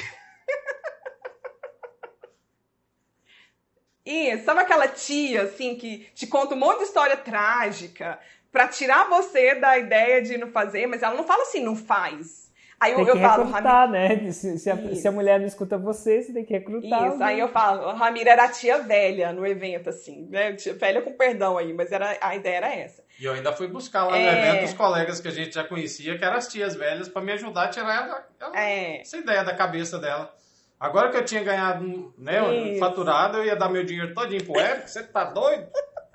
E sabe aquela tia, assim, que te conta um monte de história trágica pra tirar você da ideia de não fazer, mas ela não fala assim, não faz. Aí tem que recrutar, né? Se a mulher não escuta você tem que recrutar. Isso, aí eu falo, a Ramira era a tia velha no evento, assim, né? Tia velha com perdão aí, mas a ideia era essa. E eu ainda fui buscar lá no evento os colegas que a gente já conhecia, que eram as tias velhas, pra me ajudar a tirar essa ideia da cabeça dela. Agora que eu tinha ganhado, né, um faturado, eu ia dar meu dinheiro todinho pro Érico, você tá doido?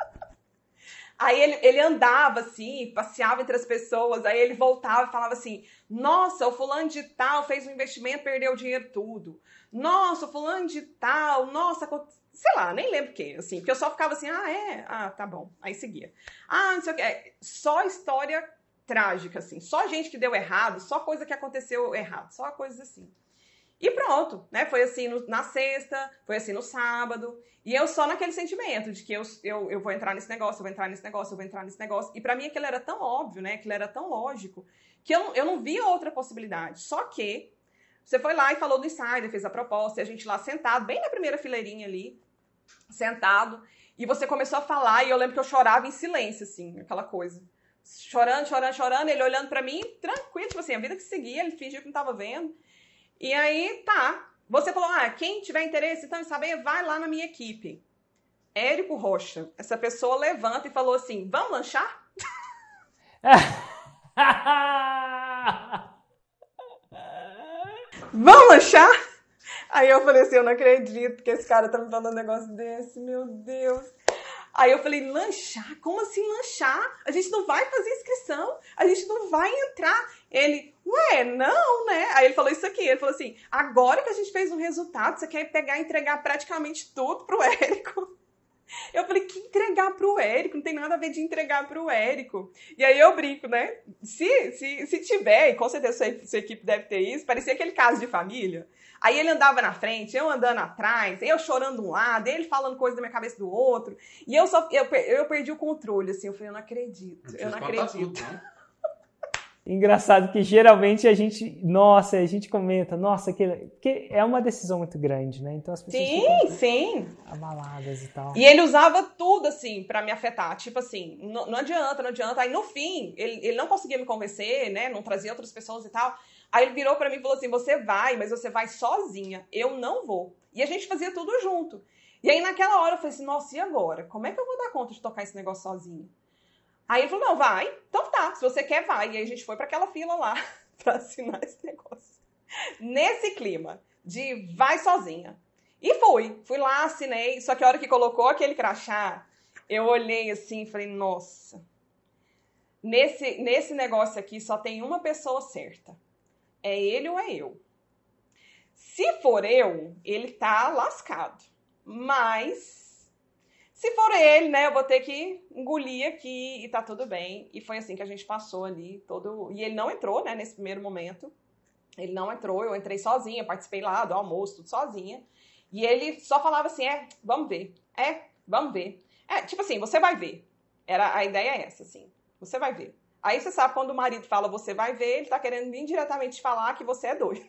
Aí ele andava assim, passeava entre as pessoas, aí ele voltava e falava assim, nossa, o fulano de tal fez um investimento, perdeu o dinheiro tudo. Nossa, o fulano de tal, nossa, sei lá, nem lembro o que, assim, porque eu só ficava assim, tá bom, aí seguia. Não sei o que, só história trágica, assim, só gente que deu errado, só coisa que aconteceu errado, só coisas assim. E pronto, né? Foi assim na sexta, foi assim no sábado. E eu só naquele sentimento de que eu vou entrar nesse negócio, eu vou entrar nesse negócio, eu vou entrar nesse negócio. E pra mim aquilo era tão óbvio, né? Aquilo era tão lógico, que eu não via outra possibilidade. Só que você foi lá e falou do Insider, fez a proposta, e a gente lá sentado, bem na primeira fileirinha ali, sentado. E você começou a falar, e eu lembro que eu chorava em silêncio, assim, aquela coisa. Chorando, ele olhando pra mim, tranquilo, tipo assim, a vida que seguia, ele fingia que não tava vendo. E aí, tá. Você falou, quem tiver interesse então em saber, vai lá na minha equipe. Érico Rocha. Essa pessoa levanta e falou assim, vamos lanchar? Vamos lanchar? Aí eu falei assim, eu não acredito que esse cara tá me falando um negócio desse, meu Deus. Aí eu falei, lanchar? Como assim lanchar? A gente não vai fazer inscrição, a gente não vai entrar. Ele, não, né? Aí ele falou isso aqui, ele falou assim, agora que a gente fez um resultado, você quer pegar e entregar praticamente tudo pro Érico. Eu falei, que entregar pro Érico? Não tem nada a ver de entregar pro Érico. E aí eu brinco, né? Se tiver, e com certeza sua equipe deve ter isso, parecia aquele caso de família. Aí ele andava na frente, eu andando atrás, eu chorando de um lado, ele falando coisa da minha cabeça do outro. E eu perdi o controle, assim. Eu falei, eu não acredito, eu não acredito. Tudo, né? Engraçado que geralmente a gente comenta, porque é uma decisão muito grande, né? Então as pessoas ficam abaladas e tal. E ele usava tudo, assim, pra me afetar. Tipo assim, não adianta. Aí no fim, ele não conseguia me convencer, né? Não trazia outras pessoas e tal. Aí ele virou pra mim e falou assim, você vai, mas você vai sozinha. Eu não vou. E a gente fazia tudo junto. E aí naquela hora eu falei assim, nossa, e agora? Como é que eu vou dar conta de tocar esse negócio sozinha? Aí ele falou, não, vai. Então tá, se você quer, vai. E aí a gente foi pra aquela fila lá pra assinar esse negócio. Nesse clima. de vai sozinha. E fui lá, assinei, só que a hora que colocou aquele crachá, eu olhei assim e falei, nossa, nesse negócio aqui só tem uma pessoa certa. É ele ou é eu? Se for eu, ele tá lascado. Mas, se for ele, né, eu vou ter que engolir aqui e tá tudo bem. E foi assim que a gente passou ali todo... E ele não entrou, né, nesse primeiro momento. Ele não entrou, eu entrei sozinha, participei lá do almoço, tudo sozinha. E ele só falava assim, vamos ver. Vamos ver. Tipo assim, você vai ver. A ideia é essa, assim. Você vai ver. Aí você sabe quando o marido fala você vai ver, ele tá querendo indiretamente falar que você é doido.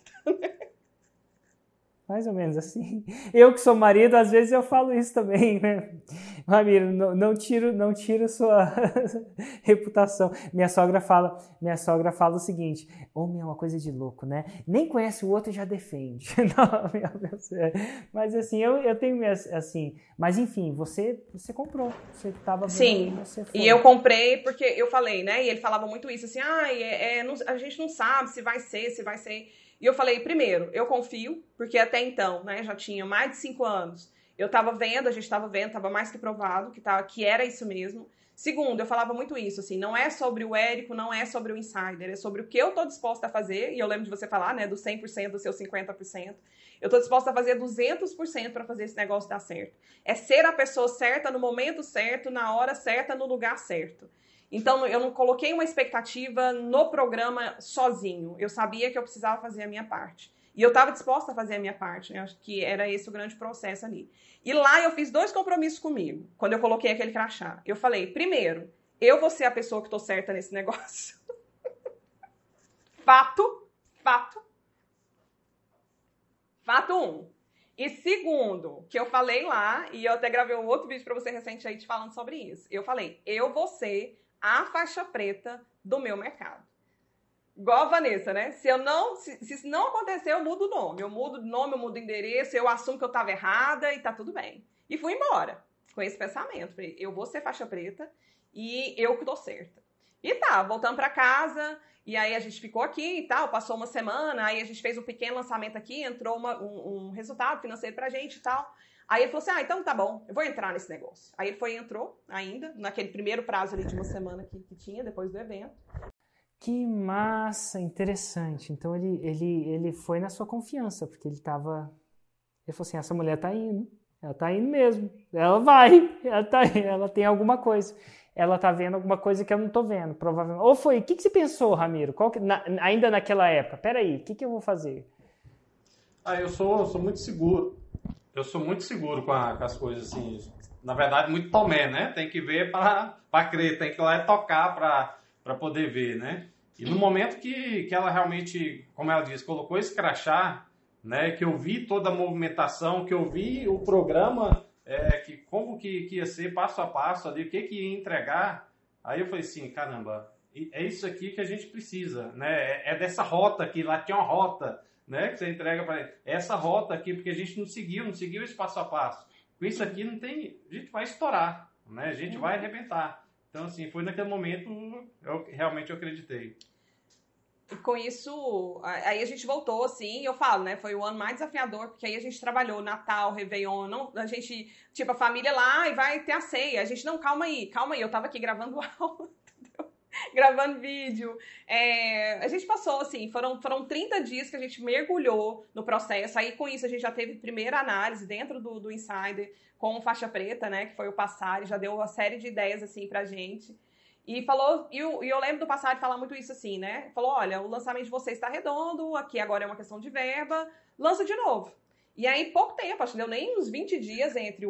Mais ou menos assim. Eu que sou marido, às vezes eu falo isso também, né? Ramiro, não tiro sua reputação. Minha sogra fala o seguinte, homem é uma coisa de louco, né? Nem conhece o outro e já defende. Não, meu Deus. Mas assim, eu tenho assim, mas enfim, você comprou, você estava vendo. Sim, você foi. E eu comprei porque eu falei, né? E ele falava muito isso, assim, a gente não sabe se vai ser. E eu falei, primeiro, eu confio, porque até então, né, já tinha mais de 5 anos, a gente estava vendo, estava mais que provado que era isso mesmo. Segundo, eu falava muito isso, assim, não é sobre o Érico, não é sobre o Insider, é sobre o que eu estou disposta a fazer, e eu lembro de você falar, né, do 100%, do seu 50%, eu estou disposta a fazer 200% para fazer esse negócio dar certo. É ser a pessoa certa no momento certo, na hora certa, no lugar certo. Então, eu não coloquei uma expectativa no programa sozinho. Eu sabia que eu precisava fazer a minha parte. E eu estava disposta a fazer a minha parte, né? Acho que era esse o grande processo ali. E lá eu fiz 2 compromissos comigo, quando eu coloquei aquele crachá. Eu falei, primeiro, eu vou ser a pessoa que estou certa nesse negócio. Fato 1. E segundo, que eu falei lá, e eu até gravei um outro vídeo para você recente aí te falando sobre isso. Eu falei, eu vou ser a faixa preta do meu mercado. Igual a Vanessa, né? Se isso não acontecer, eu mudo o nome. Eu mudo o nome, eu mudo o endereço, eu assumo que eu estava errada e tá tudo bem. E fui embora com esse pensamento. Falei, eu vou ser faixa preta e eu que tô certa. E voltando para casa, e aí a gente ficou aqui e tal, passou uma semana, aí a gente fez um pequeno lançamento aqui, entrou um resultado financeiro pra gente e tal. Aí ele falou assim, então tá bom, eu vou entrar nesse negócio. Aí ele entrou ainda, naquele primeiro prazo ali de uma semana que tinha, depois do evento. Que massa, interessante. Então ele foi na sua confiança, porque ele falou assim, essa mulher tá indo, ela tá indo mesmo, ela tem alguma coisa. Ela tá vendo alguma coisa que eu não tô vendo, provavelmente. Ou foi, o que você pensou, Ramiro? Ainda naquela época, peraí, o que eu vou fazer? Eu sou muito seguro. Eu sou muito seguro com as coisas, assim. Na verdade, muito Tomé, né? Tem que ver para crer, tem que ir lá e tocar para poder ver, né? E no momento que ela realmente, como ela disse, colocou esse crachá, né? Que eu vi toda a movimentação, que eu vi o programa, como que ia ser passo a passo ali, o que ia entregar. Aí eu falei assim, caramba, é isso aqui que a gente precisa, né? É dessa rota aqui, lá tinha uma rota, né, que você entrega para ele. Essa rota aqui, porque a gente não seguiu esse passo a passo. Com isso aqui a gente vai estourar, né? A gente vai arrebentar. Então, assim, foi naquele momento realmente eu acreditei. E com isso, aí a gente voltou, assim, eu falo, né, foi o ano mais desafiador, porque aí a gente trabalhou Natal, Réveillon, a gente, tipo, a família lá e vai ter a ceia. A gente, não, calma aí, eu tava aqui gravando aula, entendeu? Gravando vídeo. A gente passou, assim, foram 30 dias que a gente mergulhou no processo. Aí, com isso, a gente já teve primeira análise dentro do Insider com faixa preta, né, que foi o Passari, já deu uma série de ideias, assim, pra gente. E falou, e eu lembro do Passari falar muito isso, assim, né, falou, olha, o lançamento de vocês está redondo, aqui agora é uma questão de verba, lança de novo. E aí, pouco tempo, acho que deu nem uns 20 dias entre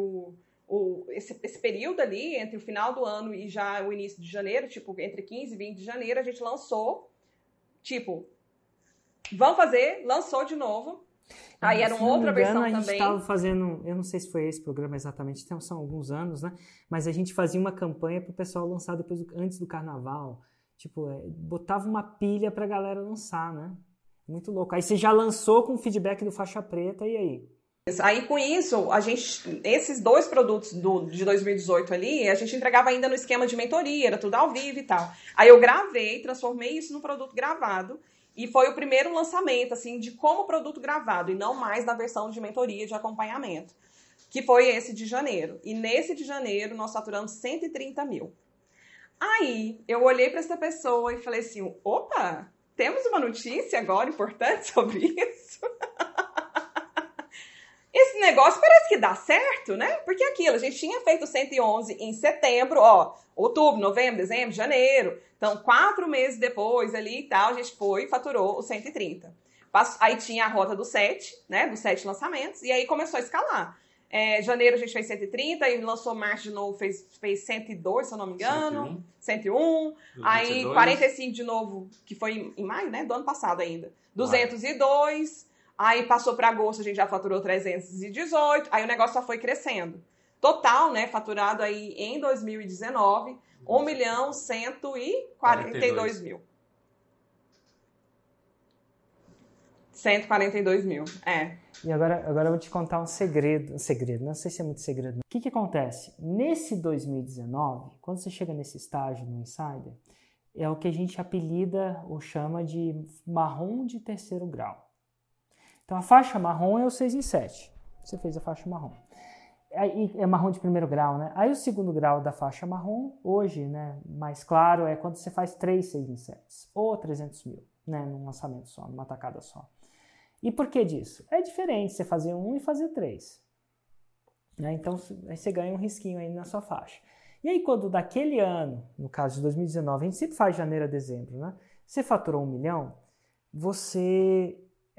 esse período ali, entre o final do ano e já o início de janeiro, tipo, entre 15 e 20 de janeiro, a gente lançou, tipo, vamos fazer, lançou de novo. Aí era uma outra versão também. A gente estava fazendo, eu não sei se foi esse programa exatamente, então são alguns anos, né? Mas a gente fazia uma campanha para o pessoal lançar antes do carnaval. Tipo, botava uma pilha para a galera lançar, né? Muito louco. Aí você já lançou com o feedback do Faixa Preta, e aí? Aí, com isso, esses 2 produtos de 2018 ali, a gente entregava ainda no esquema de mentoria, era tudo ao vivo e tal. Aí eu gravei, transformei isso num produto gravado E foi o primeiro lançamento, assim, de como produto gravado, e não mais da versão de mentoria, de acompanhamento, que foi esse de janeiro. E nesse de janeiro, nós faturamos 130 mil. Aí, eu olhei para essa pessoa e falei assim, opa, temos uma notícia agora importante sobre isso? Esse negócio parece que dá certo, né? Porque aquilo, a gente tinha feito 111 em setembro, outubro, novembro, dezembro, janeiro. Então, 4 meses depois ali e tal, a gente foi e faturou os 130. Aí tinha a rota do 7, né? Dos 7 lançamentos, e aí começou a escalar. Janeiro a gente fez 130, e lançou março de novo, fez 102, se eu não me engano. 101. Aí 45 de novo, que foi em maio, né? Do ano passado ainda. 202. Aí passou para agosto, a gente já faturou 318. Aí o negócio só foi crescendo. Total, né? Faturado aí em 2019, 1.142 mil. 142 mil, E agora eu vou te contar um segredo, não sei se é muito segredo. O que acontece? Nesse 2019, quando você chega nesse estágio no Insider, é o que a gente apelida ou chama de marrom de terceiro grau. Então a faixa marrom é o 6 em 7. Você fez a faixa marrom. Aí é marrom de primeiro grau, né? Aí o segundo grau da faixa marrom, hoje, né, mais claro, é quando você faz 3 6 em 7, ou 300 mil, né, num lançamento só, numa tacada só. E por que disso? É diferente você fazer 1 e fazer 3. Né? Então, aí você ganha um risquinho aí na sua faixa. E aí, quando daquele ano, no caso de 2019, a gente sempre faz janeiro a dezembro, né? Você faturou 1 milhão, você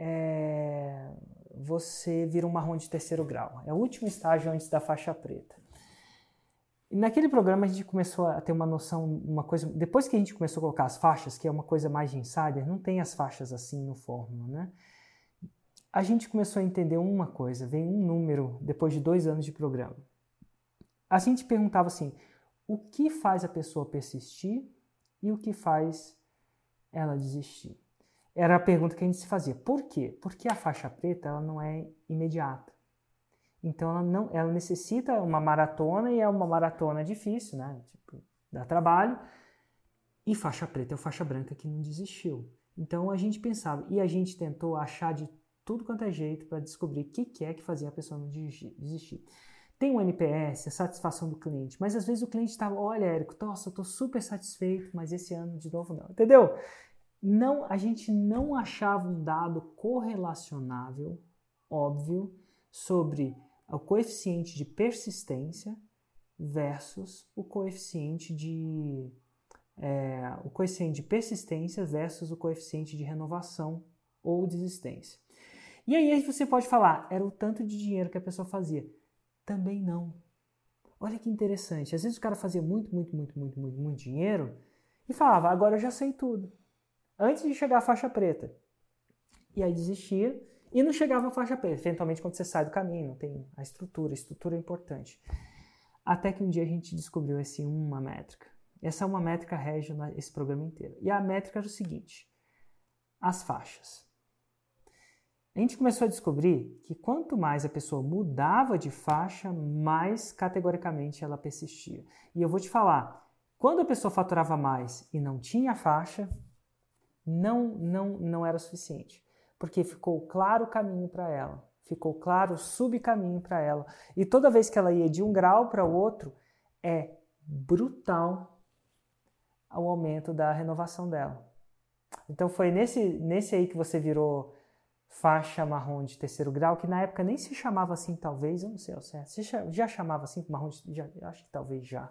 vira um marrom de terceiro grau. É o último estágio antes da faixa preta. E naquele programa a gente começou a ter uma noção, uma coisa... Depois que a gente começou a colocar as faixas, que é uma coisa mais de insider, não tem as faixas assim no Fórmula, né? A gente começou a entender uma coisa, veio um número depois de 2 anos de programa. A gente perguntava assim, o que faz a pessoa persistir e o que faz ela desistir? Era a pergunta que a gente se fazia. Por quê? Porque a faixa preta ela não é imediata. Então ela necessita uma maratona e é uma maratona difícil, né? Tipo, dá trabalho. E faixa preta é o faixa branca que não desistiu. Então a gente pensava, e a gente tentou achar de tudo quanto é jeito para descobrir o que é que fazia a pessoa não desistir. Tem o NPS, a satisfação do cliente, mas às vezes o cliente estava, olha, Érico, nossa, eu estou super satisfeito, mas esse ano de novo não, entendeu? Não, a gente não achava um dado correlacionável, óbvio, sobre o coeficiente de persistência versus o coeficiente de persistência versus o coeficiente de renovação ou desistência. E aí você pode falar, era o tanto de dinheiro que a pessoa fazia. Também não. Olha que interessante. Às vezes o cara fazia muito dinheiro e falava, agora eu já sei tudo. Antes de chegar à faixa preta. E aí desistia e não chegava à faixa preta. Eventualmente quando você sai do caminho, não tem a estrutura é importante. Até que um dia a gente descobriu uma métrica. Essa uma métrica rege esse programa inteiro. E a métrica era o seguinte, as faixas. A gente começou a descobrir que quanto mais a pessoa mudava de faixa, mais categoricamente ela persistia. E eu vou te falar, quando a pessoa faturava mais e não tinha faixa, não era suficiente. Porque ficou claro o caminho para ela, ficou claro o subcaminho para ela. E toda vez que ela ia de um grau para o outro, é brutal o aumento da renovação dela. Então foi nesse aí que você virou faixa marrom de terceiro grau, que na época nem se chamava assim, talvez, eu não sei ao certo. Você já chamava assim, marrom de... acho que talvez já.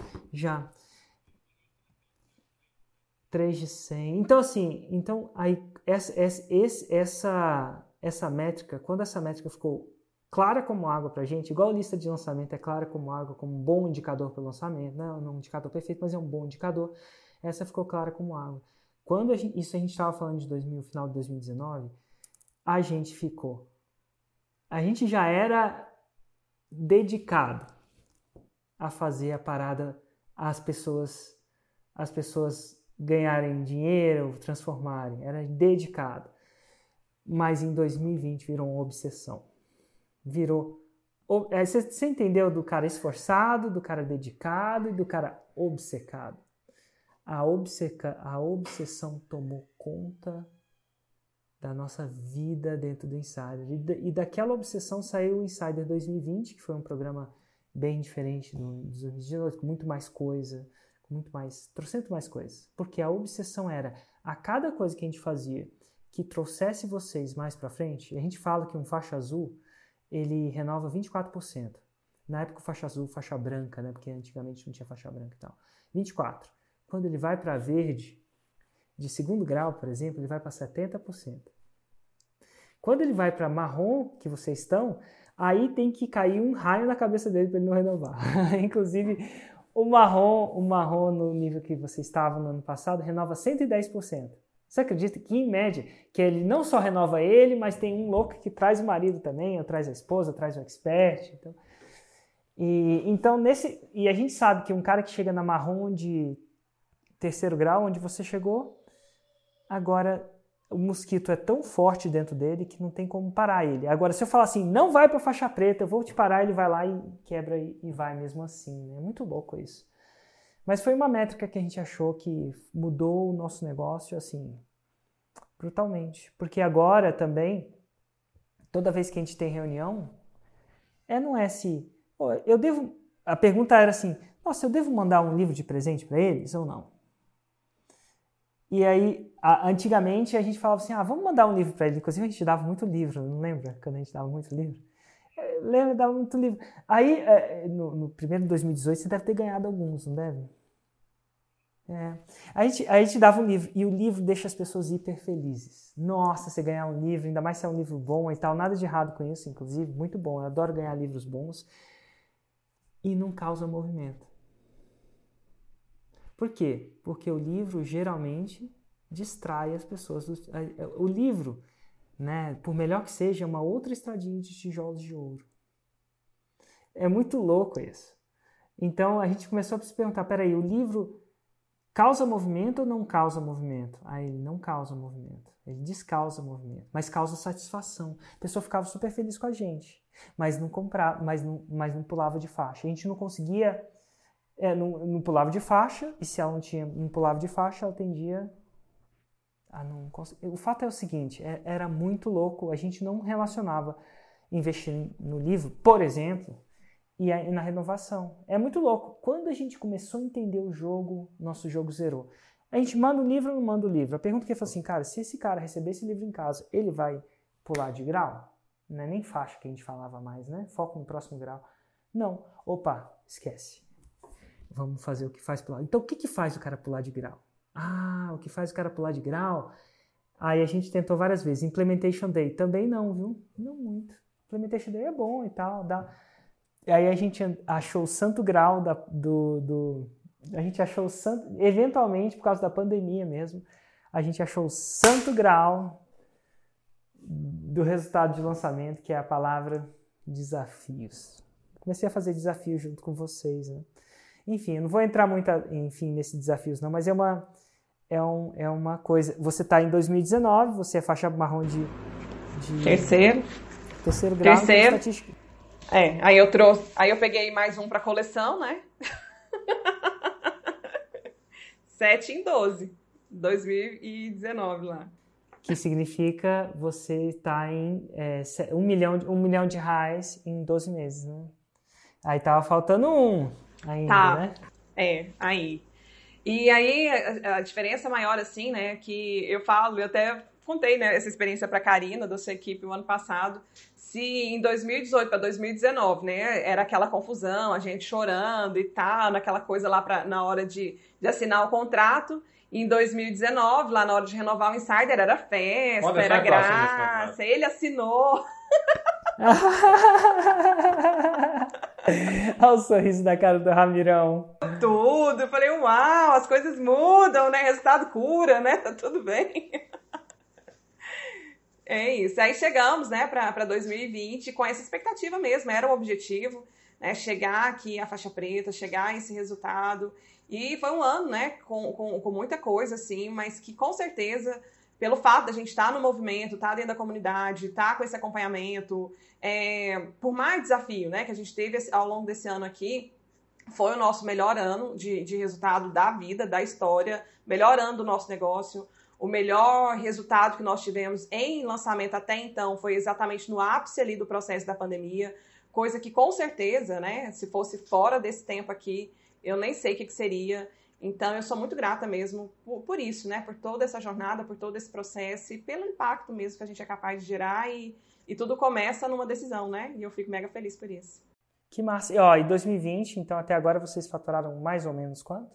3 de 100. Então, assim, aí, essa métrica, quando essa métrica ficou clara como água pra gente, igual a lista de lançamento é clara como água, como um bom indicador para o lançamento, né? Não é um indicador perfeito, mas é um bom indicador. Essa ficou clara como água. Quando isso a gente estava falando de final de 2019, a gente já era dedicado a fazer a parada, as pessoas ganharem dinheiro, transformarem, era dedicado. Mas em 2020 virou uma obsessão. Você entendeu do cara esforçado, do cara dedicado e do cara obcecado. A obsessão tomou conta da nossa vida dentro do Insider. E daquela obsessão saiu o Insider 2020, que foi um programa bem diferente dos 2019, com muito mais coisa, com muito mais, trocentas mais coisas. Porque a obsessão era, a cada coisa que a gente fazia que trouxesse vocês mais para frente, a gente fala que um faixa azul, ele renova 24%. Na época o faixa azul, faixa branca, né? Porque antigamente não tinha faixa branca e tal. 24%. Quando ele vai para verde, de segundo grau, por exemplo, ele vai para 70%. Quando ele vai para marrom, que vocês estão, aí tem que cair um raio na cabeça dele para ele não renovar. Inclusive, o marrom no nível que vocês estavam no ano passado, renova 110%. Você acredita que, em média, que ele não só renova ele, mas tem um louco que traz o marido também, ou traz a esposa, traz o expert. Então, e a gente sabe que um cara que chega na marrom de terceiro grau, onde você chegou, agora o mosquito é tão forte dentro dele que não tem como parar ele. Agora, se eu falar assim, não vai para faixa preta, eu vou te parar, ele vai lá e quebra e vai mesmo assim. Né? É muito louco isso. Mas foi uma métrica que a gente achou que mudou o nosso negócio, assim, brutalmente. Porque agora também, toda vez que a gente tem reunião, não é se... eu devo... A pergunta era assim, nossa, eu devo mandar um livro de presente para eles ou não? E aí, antigamente, a gente falava assim, vamos mandar um livro para eles. Inclusive, a gente dava muito livro, não lembra? Quando a gente dava muito livro. Lembra, dava muito livro. Aí, no primeiro de 2018, você deve ter ganhado alguns, não deve? A gente dava um livro, e o livro deixa as pessoas hiper felizes. Nossa, você ganhar um livro, ainda mais se é um livro bom e tal, nada de errado com isso, inclusive, muito bom. Eu adoro ganhar livros bons. E não causa movimento. Por quê? Porque o livro geralmente distrai as pessoas. O livro, né, por melhor que seja, é uma outra estradinha de tijolos de ouro. É muito louco isso. Então a gente começou a se perguntar, peraí, o livro causa movimento ou não causa movimento? Aí ele não causa movimento, ele descausa movimento, mas causa satisfação. A pessoa ficava super feliz com a gente, mas não comprava, mas não pulava de faixa. A gente não conseguia, não pulava de faixa, e se ela não pulava de faixa, ela tendia a não conseguir. O fato é o seguinte, era muito louco, a gente não relacionava investir no livro, por exemplo, e na renovação. É muito louco. Quando a gente começou a entender o jogo, nosso jogo zerou. A gente manda o livro ou não manda o livro? A pergunta que eu falei assim, cara, se esse cara receber esse livro em casa, ele vai pular de grau? Não é nem faixa que a gente falava mais, né? Foco no próximo grau. Não. Opa, esquece. Vamos fazer o que faz pular. Então, o que faz o cara pular de grau? O que faz o cara pular de grau? Aí a gente tentou várias vezes. Implementation Day. Também não, viu? Não muito. Implementation Day é bom e tal, E aí a gente achou o santo grau a gente achou o santo... Eventualmente, por causa da pandemia mesmo, a gente achou o santo grau do resultado de lançamento, que é a palavra desafios. Comecei a fazer desafios junto com vocês, né? Enfim, eu não vou entrar muito nesses desafios não, mas é uma coisa... Você está em 2019, você é faixa marrom de terceiro grau. Terceiro. Aí eu peguei mais um para coleção, né? 7 em 12, 2019 lá. Que significa você tá em R$1 milhão em 12 meses, né? Aí tava faltando um ainda, né? Aí. E aí a diferença maior, assim, né, que eu até contei, né, essa experiência para a Karina, da sua equipe, o ano passado, se em 2018 para 2019, né, era aquela confusão, a gente chorando e tal, naquela coisa lá na hora de assinar o contrato, e em 2019, lá na hora de renovar o Insider, era festa, era graça, ele assinou. Olha o sorriso da cara do Ramirão. Tudo, eu falei, uau, as coisas mudam, né, resultado cura, né, tá tudo bem. É isso. Aí chegamos, né, para 2020 com essa expectativa mesmo, era o objetivo, né, chegar aqui à faixa preta, chegar a esse resultado. E foi um ano, né, com muita coisa, assim, mas que com certeza, pelo fato da gente estar no movimento, estar dentro da comunidade, estar com esse acompanhamento, por mais desafio, né, que a gente teve ao longo desse ano aqui, foi o nosso melhor ano de resultado da vida, da história, melhor ano do nosso negócio. o melhor resultado que nós tivemos em lançamento até então foi exatamente no ápice ali do processo da pandemia, coisa que com certeza, né, se fosse fora desse tempo aqui, eu nem sei o que seria. Então, eu sou muito grata mesmo por isso, né, por toda essa jornada, por todo esse processo e pelo impacto mesmo que a gente é capaz de gerar e tudo começa numa decisão, né, e eu fico mega feliz por isso. Que massa. E, ó, em 2020, então, até agora, vocês faturaram mais ou menos quanto?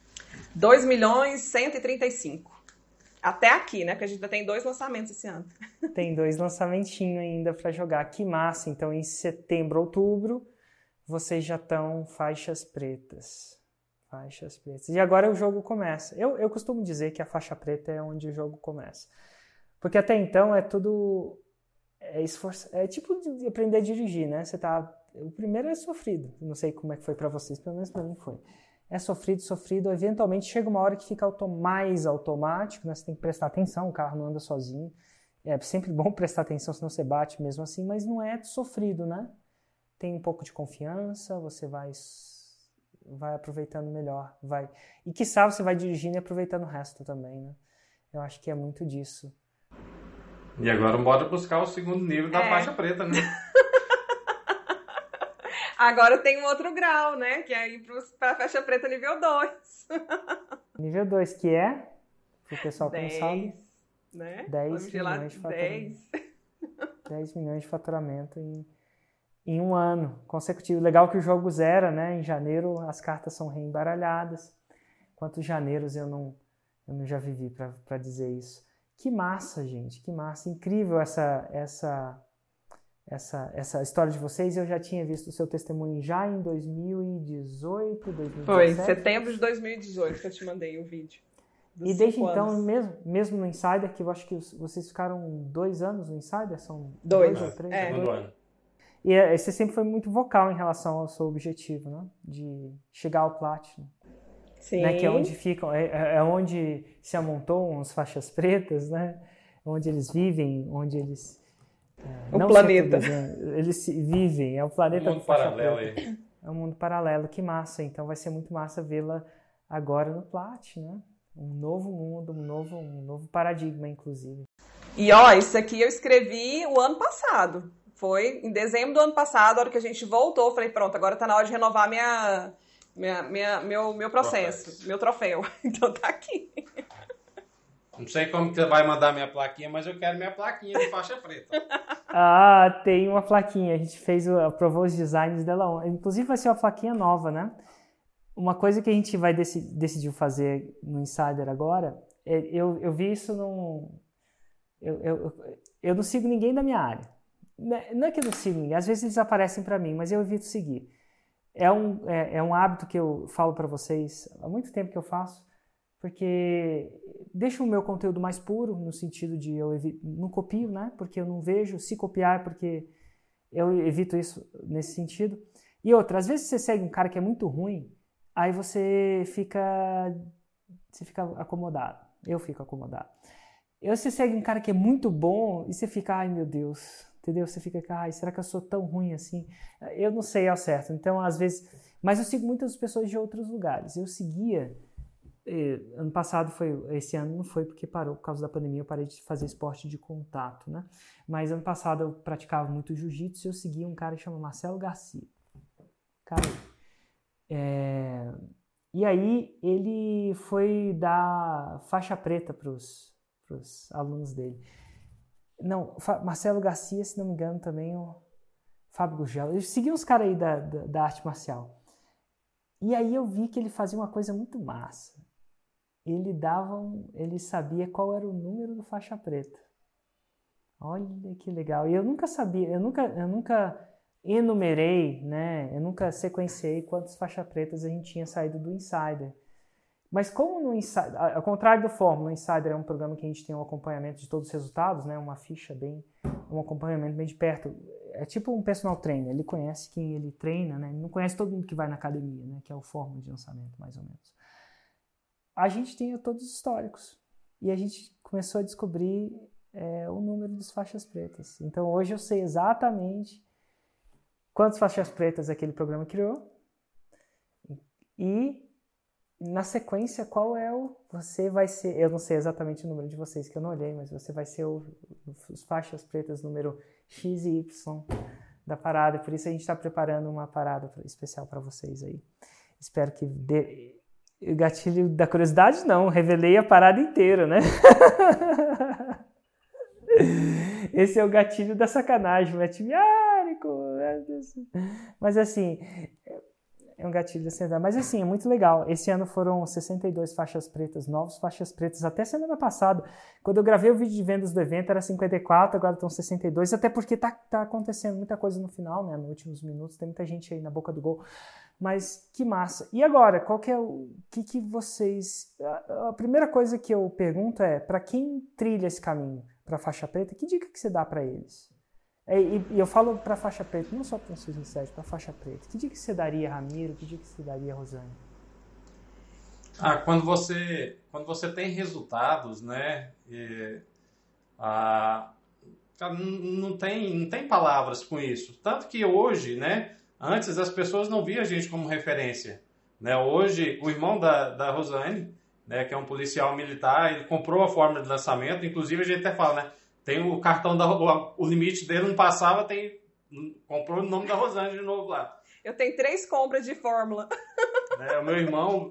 2.135.000. Até aqui, né? Porque a gente ainda tem 2 lançamentos esse ano. Tem 2 lançamentinhos ainda para jogar. Que massa. Então, em setembro, outubro, vocês já estão faixas pretas. Faixas pretas. E agora o jogo começa. Eu costumo dizer que a faixa preta é onde o jogo começa. Porque até então é tudo... É tipo de aprender a dirigir, né? O primeiro é sofrido. Não sei como é que foi para vocês, pelo menos para mim foi. É sofrido, eventualmente chega uma hora que fica mais automático, né? Você tem que prestar atenção, o carro não anda sozinho. É sempre bom prestar atenção, senão você bate mesmo assim, mas não é sofrido, né? Tem um pouco de confiança, você vai aproveitando melhor, E quiçá você vai dirigindo e aproveitando o resto também, né? Eu acho que é muito disso. E agora bora buscar o segundo nível da faixa preta, né? Agora tem um outro grau, né? Que é ir para a faixa preta nível 2. Nível 2, que é? Para o pessoal 10, que não sabe. Né? 10 milhões de faturamento. 10 milhões de faturamento em um ano consecutivo. Legal que o jogo zera, né? Em janeiro as cartas são reembaralhadas. Quantos janeiros eu não já vivi para dizer isso. Que massa, gente. Que massa. Incrível essa história de vocês. Eu já tinha visto o seu testemunho já em 2018, 2017. Foi, setembro de 2018 que eu te mandei o vídeo. E desde então, mesmo no Insider, que eu acho que vocês ficaram 2 anos no Insider? São 2 ou 3? Segundo ano. E você sempre foi muito vocal em relação ao seu objetivo, né? De chegar ao Platinum. Sim. Né? Que é onde ficam, é onde se amontoam as faixas pretas, né? Onde eles vivem, onde eles... O planeta. Eles vivem, é o planeta. Um mundo paralelo aí. É um mundo paralelo, que massa. Então vai ser muito massa vê-la agora no Plat, né? Um novo mundo, um novo paradigma, inclusive. E ó, isso aqui eu escrevi o ano passado. Foi em dezembro do ano passado, a hora que a gente voltou, eu falei, pronto, agora tá na hora de renovar meu processo, meu troféu. Então tá aqui. Não sei como que você vai mandar minha plaquinha, mas eu quero minha plaquinha de faixa preta. Ah, tem uma plaquinha. A gente aprovou os designs dela. Inclusive vai ser uma plaquinha nova, né? Uma coisa que a gente decidiu fazer no Insider agora, eu vi isso eu não sigo ninguém da minha área. Não é que eu não sigo ninguém, às vezes eles aparecem para mim, mas eu evito seguir. É um hábito que eu falo para vocês há muito tempo que eu faço, porque deixa o meu conteúdo mais puro, no sentido de não copio, né? Porque eu não vejo, se copiar é porque eu evito isso nesse sentido. E outra, às vezes você segue um cara que é muito ruim, aí você fica acomodado. Eu fico acomodado. E você segue um cara que é muito bom e você fica, ai meu Deus, entendeu? Você fica, ai, será que eu sou tão ruim assim? Eu não sei ao certo. Então, às vezes... Mas eu sigo muitas pessoas de outros lugares. Eu seguia... Ano passado esse ano não foi porque parou por causa da pandemia, eu parei de fazer esporte de contato, né? Mas ano passado eu praticava muito jiu-jitsu e eu seguia um cara que chama Marcelo Garcia. Cara, e aí ele foi dar faixa preta pros alunos dele. Não, Marcelo Garcia, se não me engano, também o Fábio Gurgel. Eu segui uns caras aí da arte marcial. E aí eu vi que ele fazia uma coisa muito massa. Ele sabia qual era o número do faixa preta. Olha que legal. E eu nunca sabia, eu nunca enumerei, né? Eu nunca sequenciei quantas faixas pretas a gente tinha saído do Insider. Mas como no Insider, ao contrário do Fórmula, o Insider é um programa que a gente tem um acompanhamento de todos os resultados, né? Uma ficha um acompanhamento bem de perto. É tipo um personal trainer, ele conhece quem ele treina, né? Ele não conhece todo mundo que vai na academia, né? Que é o Fórmula de lançamento, mais ou menos. A gente tem todos os históricos. E a gente começou a descobrir o número das faixas pretas. Então hoje eu sei exatamente quantas faixas pretas aquele programa criou. E na sequência, qual é você vai ser, eu não sei exatamente o número de vocês que eu não olhei, mas você vai ser os faixas pretas número X e Y da parada, por isso a gente está preparando uma parada especial para vocês aí. Espero que dê... O gatilho da curiosidade não, revelei a parada inteira, né? Esse é o gatilho da sacanagem, mas assim, é um gatilho da sacanagem. Mas assim, é muito legal. Esse ano foram 62 faixas pretas, novos faixas pretas, até semana passada. Quando eu gravei o vídeo de vendas do evento era 54, agora estão 62, até porque tá acontecendo muita coisa no final, né? Nos últimos minutos, tem muita gente aí na boca do gol. Mas que massa. E agora, qual que é o que vocês... A primeira coisa que eu pergunto é, para quem trilha esse caminho para a faixa preta, que dica que você dá para eles? E eu falo para a faixa preta, não só para o Suicide Insight, para a faixa preta. Que dica que você daria, Ramiro? Que dica que você daria, Rosane? Quando você tem resultados, né? Não tem palavras com isso. Tanto que hoje, né? Antes as pessoas não viam a gente como referência, né? Hoje o irmão da Rosane, né, que é um policial militar, ele comprou a fórmula de lançamento, inclusive a gente até fala, né? Tem o cartão, o limite dele não passava, comprou o nome da Rosane de novo lá. Eu tenho 3 compras de fórmula. O meu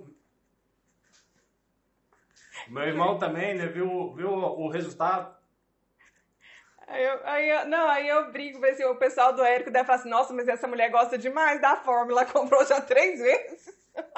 irmão também, né, viu o resultado. Aí eu brinco, assim, o pessoal do Érico deve falar assim, nossa, mas essa mulher gosta demais da fórmula, comprou já 3 vezes.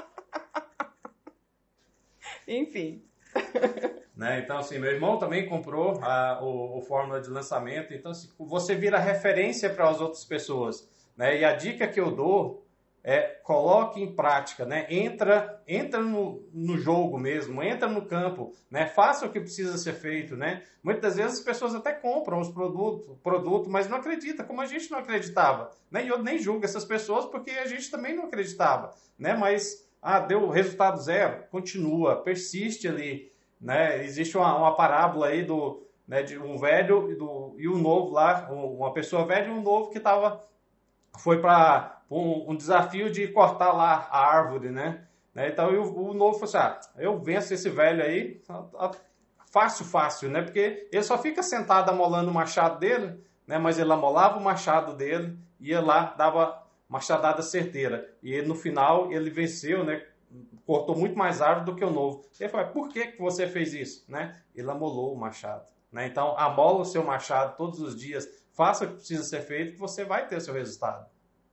Enfim. Né? Então, assim, meu irmão também comprou o fórmula de lançamento, então assim, você vira referência para as outras pessoas, né? E a dica que eu dou é coloque em prática, né? Entra no jogo mesmo, entra no campo, né? Faça o que precisa ser feito, né? Muitas vezes as pessoas até compram os produtos, mas não acreditam, como a gente não acreditava, né? E eu nem julgo essas pessoas porque a gente também não acreditava, né? Mas deu resultado zero, continua, persiste ali, né? Existe uma parábola aí de um velho e um novo lá, uma pessoa velha e um novo que foi para um desafio de cortar lá a árvore, né? Então o novo falou assim, eu venço esse velho aí fácil, né? Porque ele só fica sentado amolando o machado dele, né? Mas ele amolava o machado dele, ia lá, dava machadada certeira. E no final ele venceu, né? Cortou muito mais árvore do que o novo. Ele falou, por que você fez isso? Né? Ele amolou o machado. Né? Então, amola o seu machado todos os dias, faça o que precisa ser feito, que você vai ter o seu resultado.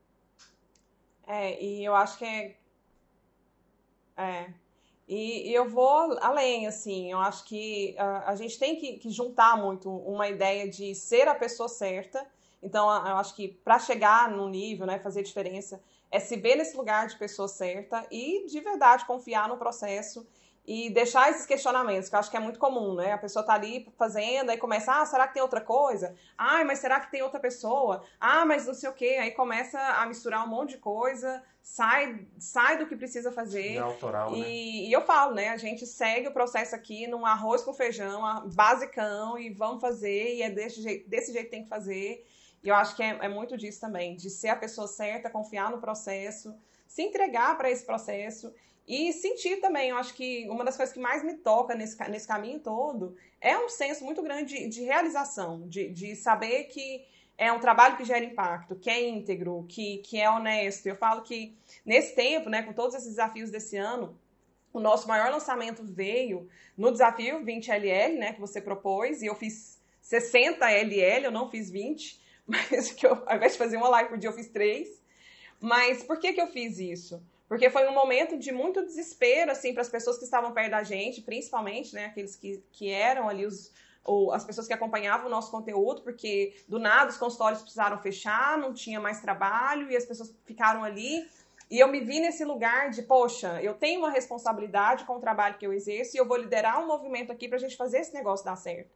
E eu acho que E eu vou além, assim, eu acho que a gente tem que juntar muito uma ideia de ser a pessoa certa. Então, eu acho que para chegar num nível, né, fazer diferença, é se ver nesse lugar de pessoa certa e, de verdade, confiar no processo e deixar esses questionamentos, que eu acho que é muito comum, né? A pessoa tá ali fazendo, aí começa, será que tem outra coisa? Mas será que tem outra pessoa? Mas não sei o quê. Aí começa a misturar um monte de coisa, sai do que precisa fazer. É autoral, né? E eu falo, né? A gente segue o processo aqui num arroz com feijão, basicão, e vamos fazer, e é desse jeito que tem que fazer. E eu acho que é muito disso também, de ser a pessoa certa, confiar no processo, se entregar para esse processo e sentir também. Eu acho que uma das coisas que mais me toca nesse caminho todo é um senso muito grande de realização, de saber que é um trabalho que gera impacto, que é íntegro, que é honesto. Eu falo que nesse tempo, né, com todos esses desafios desse ano, o nosso maior lançamento veio no desafio 20LL, né, que você propôs, e eu fiz 60LL, eu não fiz 20, mas que ao invés de fazer uma live por dia, eu fiz 3. Mas por que eu fiz isso? Porque foi um momento de muito desespero, assim, para as pessoas que estavam perto da gente, principalmente, né, aqueles que eram ali as pessoas que acompanhavam o nosso conteúdo, porque do nada os consultórios precisaram fechar, não tinha mais trabalho, e as pessoas ficaram ali. E eu me vi nesse lugar de, poxa, eu tenho uma responsabilidade com o trabalho que eu exerço e eu vou liderar um movimento aqui para a gente fazer esse negócio dar certo.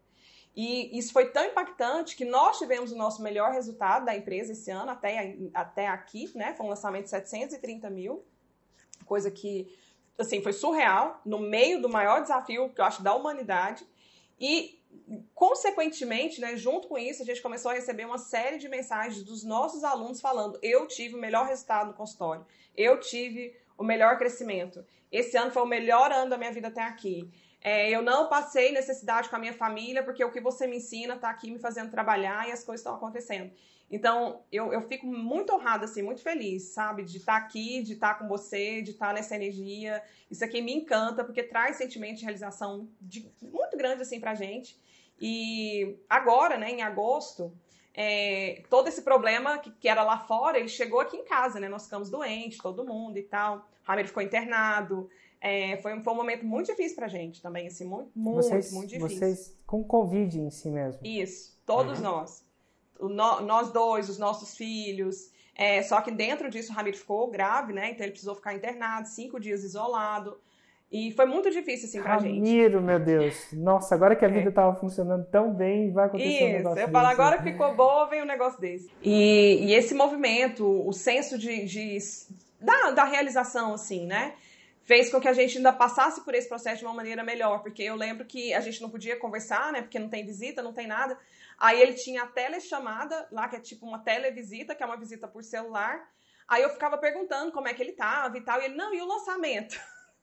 E isso foi tão impactante que nós tivemos o nosso melhor resultado da empresa esse ano, até aqui, né? Foi um lançamento de 730 mil, coisa que, assim, foi surreal, no meio do maior desafio, que eu acho, da humanidade. E, consequentemente, né, junto com isso, a gente começou a receber uma série de mensagens dos nossos alunos falando, eu tive o melhor resultado no consultório, eu tive o melhor crescimento. Esse ano foi o melhor ano da minha vida até aqui. Eu não passei necessidade com a minha família, porque o que você me ensina está aqui me fazendo trabalhar e as coisas estão acontecendo. Então, eu fico muito honrada, assim, muito feliz, sabe? De estar aqui, de estar com você, de estar nessa energia. Isso aqui me encanta, porque traz sentimento de realização muito grande, assim, pra gente. E agora, né, em agosto, todo esse problema que era lá fora, ele chegou aqui em casa, né? Nós ficamos doentes, todo mundo e tal. O Ramiro ficou internado. Foi um momento muito difícil pra gente também, assim, muito difícil. Vocês com Covid em si mesmo. Isso, todos nós. Nós dois, os nossos filhos. Só que dentro disso o Ramiro ficou grave, né? Então ele precisou ficar internado, 5 dias isolado. E foi muito difícil, assim, pra gente. Ramiro, meu Deus. Nossa, agora que a vida tava funcionando tão bem, vai acontecer um negócio desse. Eu falo, agora que ficou boa, vem um negócio desse. E esse movimento, o senso da realização, assim, né? Fez com que a gente ainda passasse por esse processo de uma maneira melhor, porque eu lembro que a gente não podia conversar, né, porque não tem visita, não tem nada. Aí ele tinha a telechamada lá, que é tipo uma televisita, que é uma visita por celular. Aí eu ficava perguntando como é que ele tava e tal, e ele, não, e o lançamento?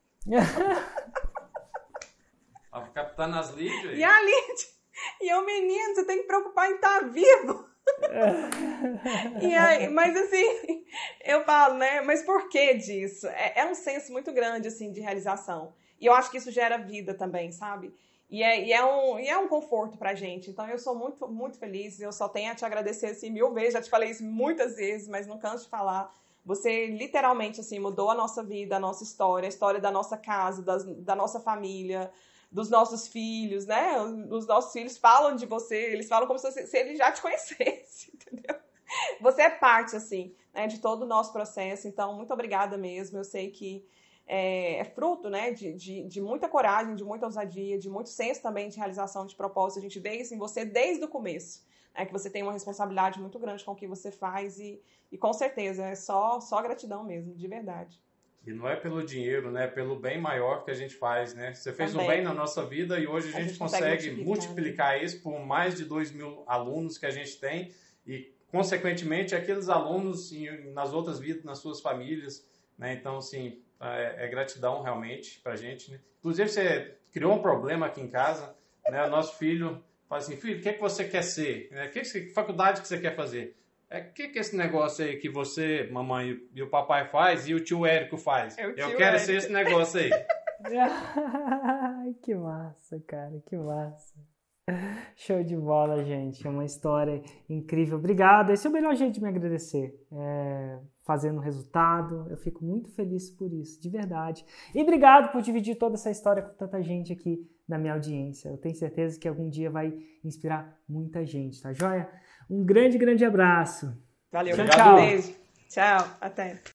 Vai ficar captando as leads aí. E a lead? E eu, menino, você tem que preocupar em estar vivo. E aí, mas assim, eu falo, né? Mas por que disso? É um senso muito grande, assim, de realização. E eu acho que isso gera vida também, sabe? E é um conforto pra gente. Então eu sou muito, muito feliz. Eu só tenho a te agradecer, assim, 1000 vezes. Já te falei isso muitas vezes, mas não canso de falar. Você literalmente, assim, mudou a nossa vida, a nossa história, a história da nossa casa, da nossa família, dos nossos filhos, né? Os nossos filhos falam de você, eles falam como se eles já te conhecessem, entendeu? Você é parte, assim, né, de todo o nosso processo, então, muito obrigada mesmo. Eu sei que é fruto, né, de muita coragem, de muita ousadia, de muito senso também de realização de propósito. A gente vê isso em você desde o começo, né, que você tem uma responsabilidade muito grande com o que você faz e com certeza, é só gratidão mesmo, de verdade. E não é pelo dinheiro, né? É pelo bem maior que a gente faz, né? Você fez um bem na nossa vida e hoje a gente consegue multiplicar isso por mais de 2.000 alunos que a gente tem e, consequentemente, aqueles alunos nas outras vidas, nas suas famílias, né? Então, assim, é gratidão realmente pra gente, né? Inclusive, você criou um problema aqui em casa, né? O nosso filho fala assim, filho, o que você quer ser? Que faculdade que você quer fazer? Que é esse negócio aí que você, mamãe e o papai faz e o tio Érico faz? Eu quero ser esse negócio aí. Ai, que massa, cara, que massa. Show de bola, gente. É uma história incrível. Obrigado. Esse é o melhor jeito de me agradecer. Fazendo resultado. Eu fico muito feliz por isso, de verdade. E obrigado por dividir toda essa história com tanta gente aqui na minha audiência. Eu tenho certeza que algum dia vai inspirar muita gente, tá joia? Um grande, grande abraço. Valeu. Tchau. Beijo. Tchau. Até.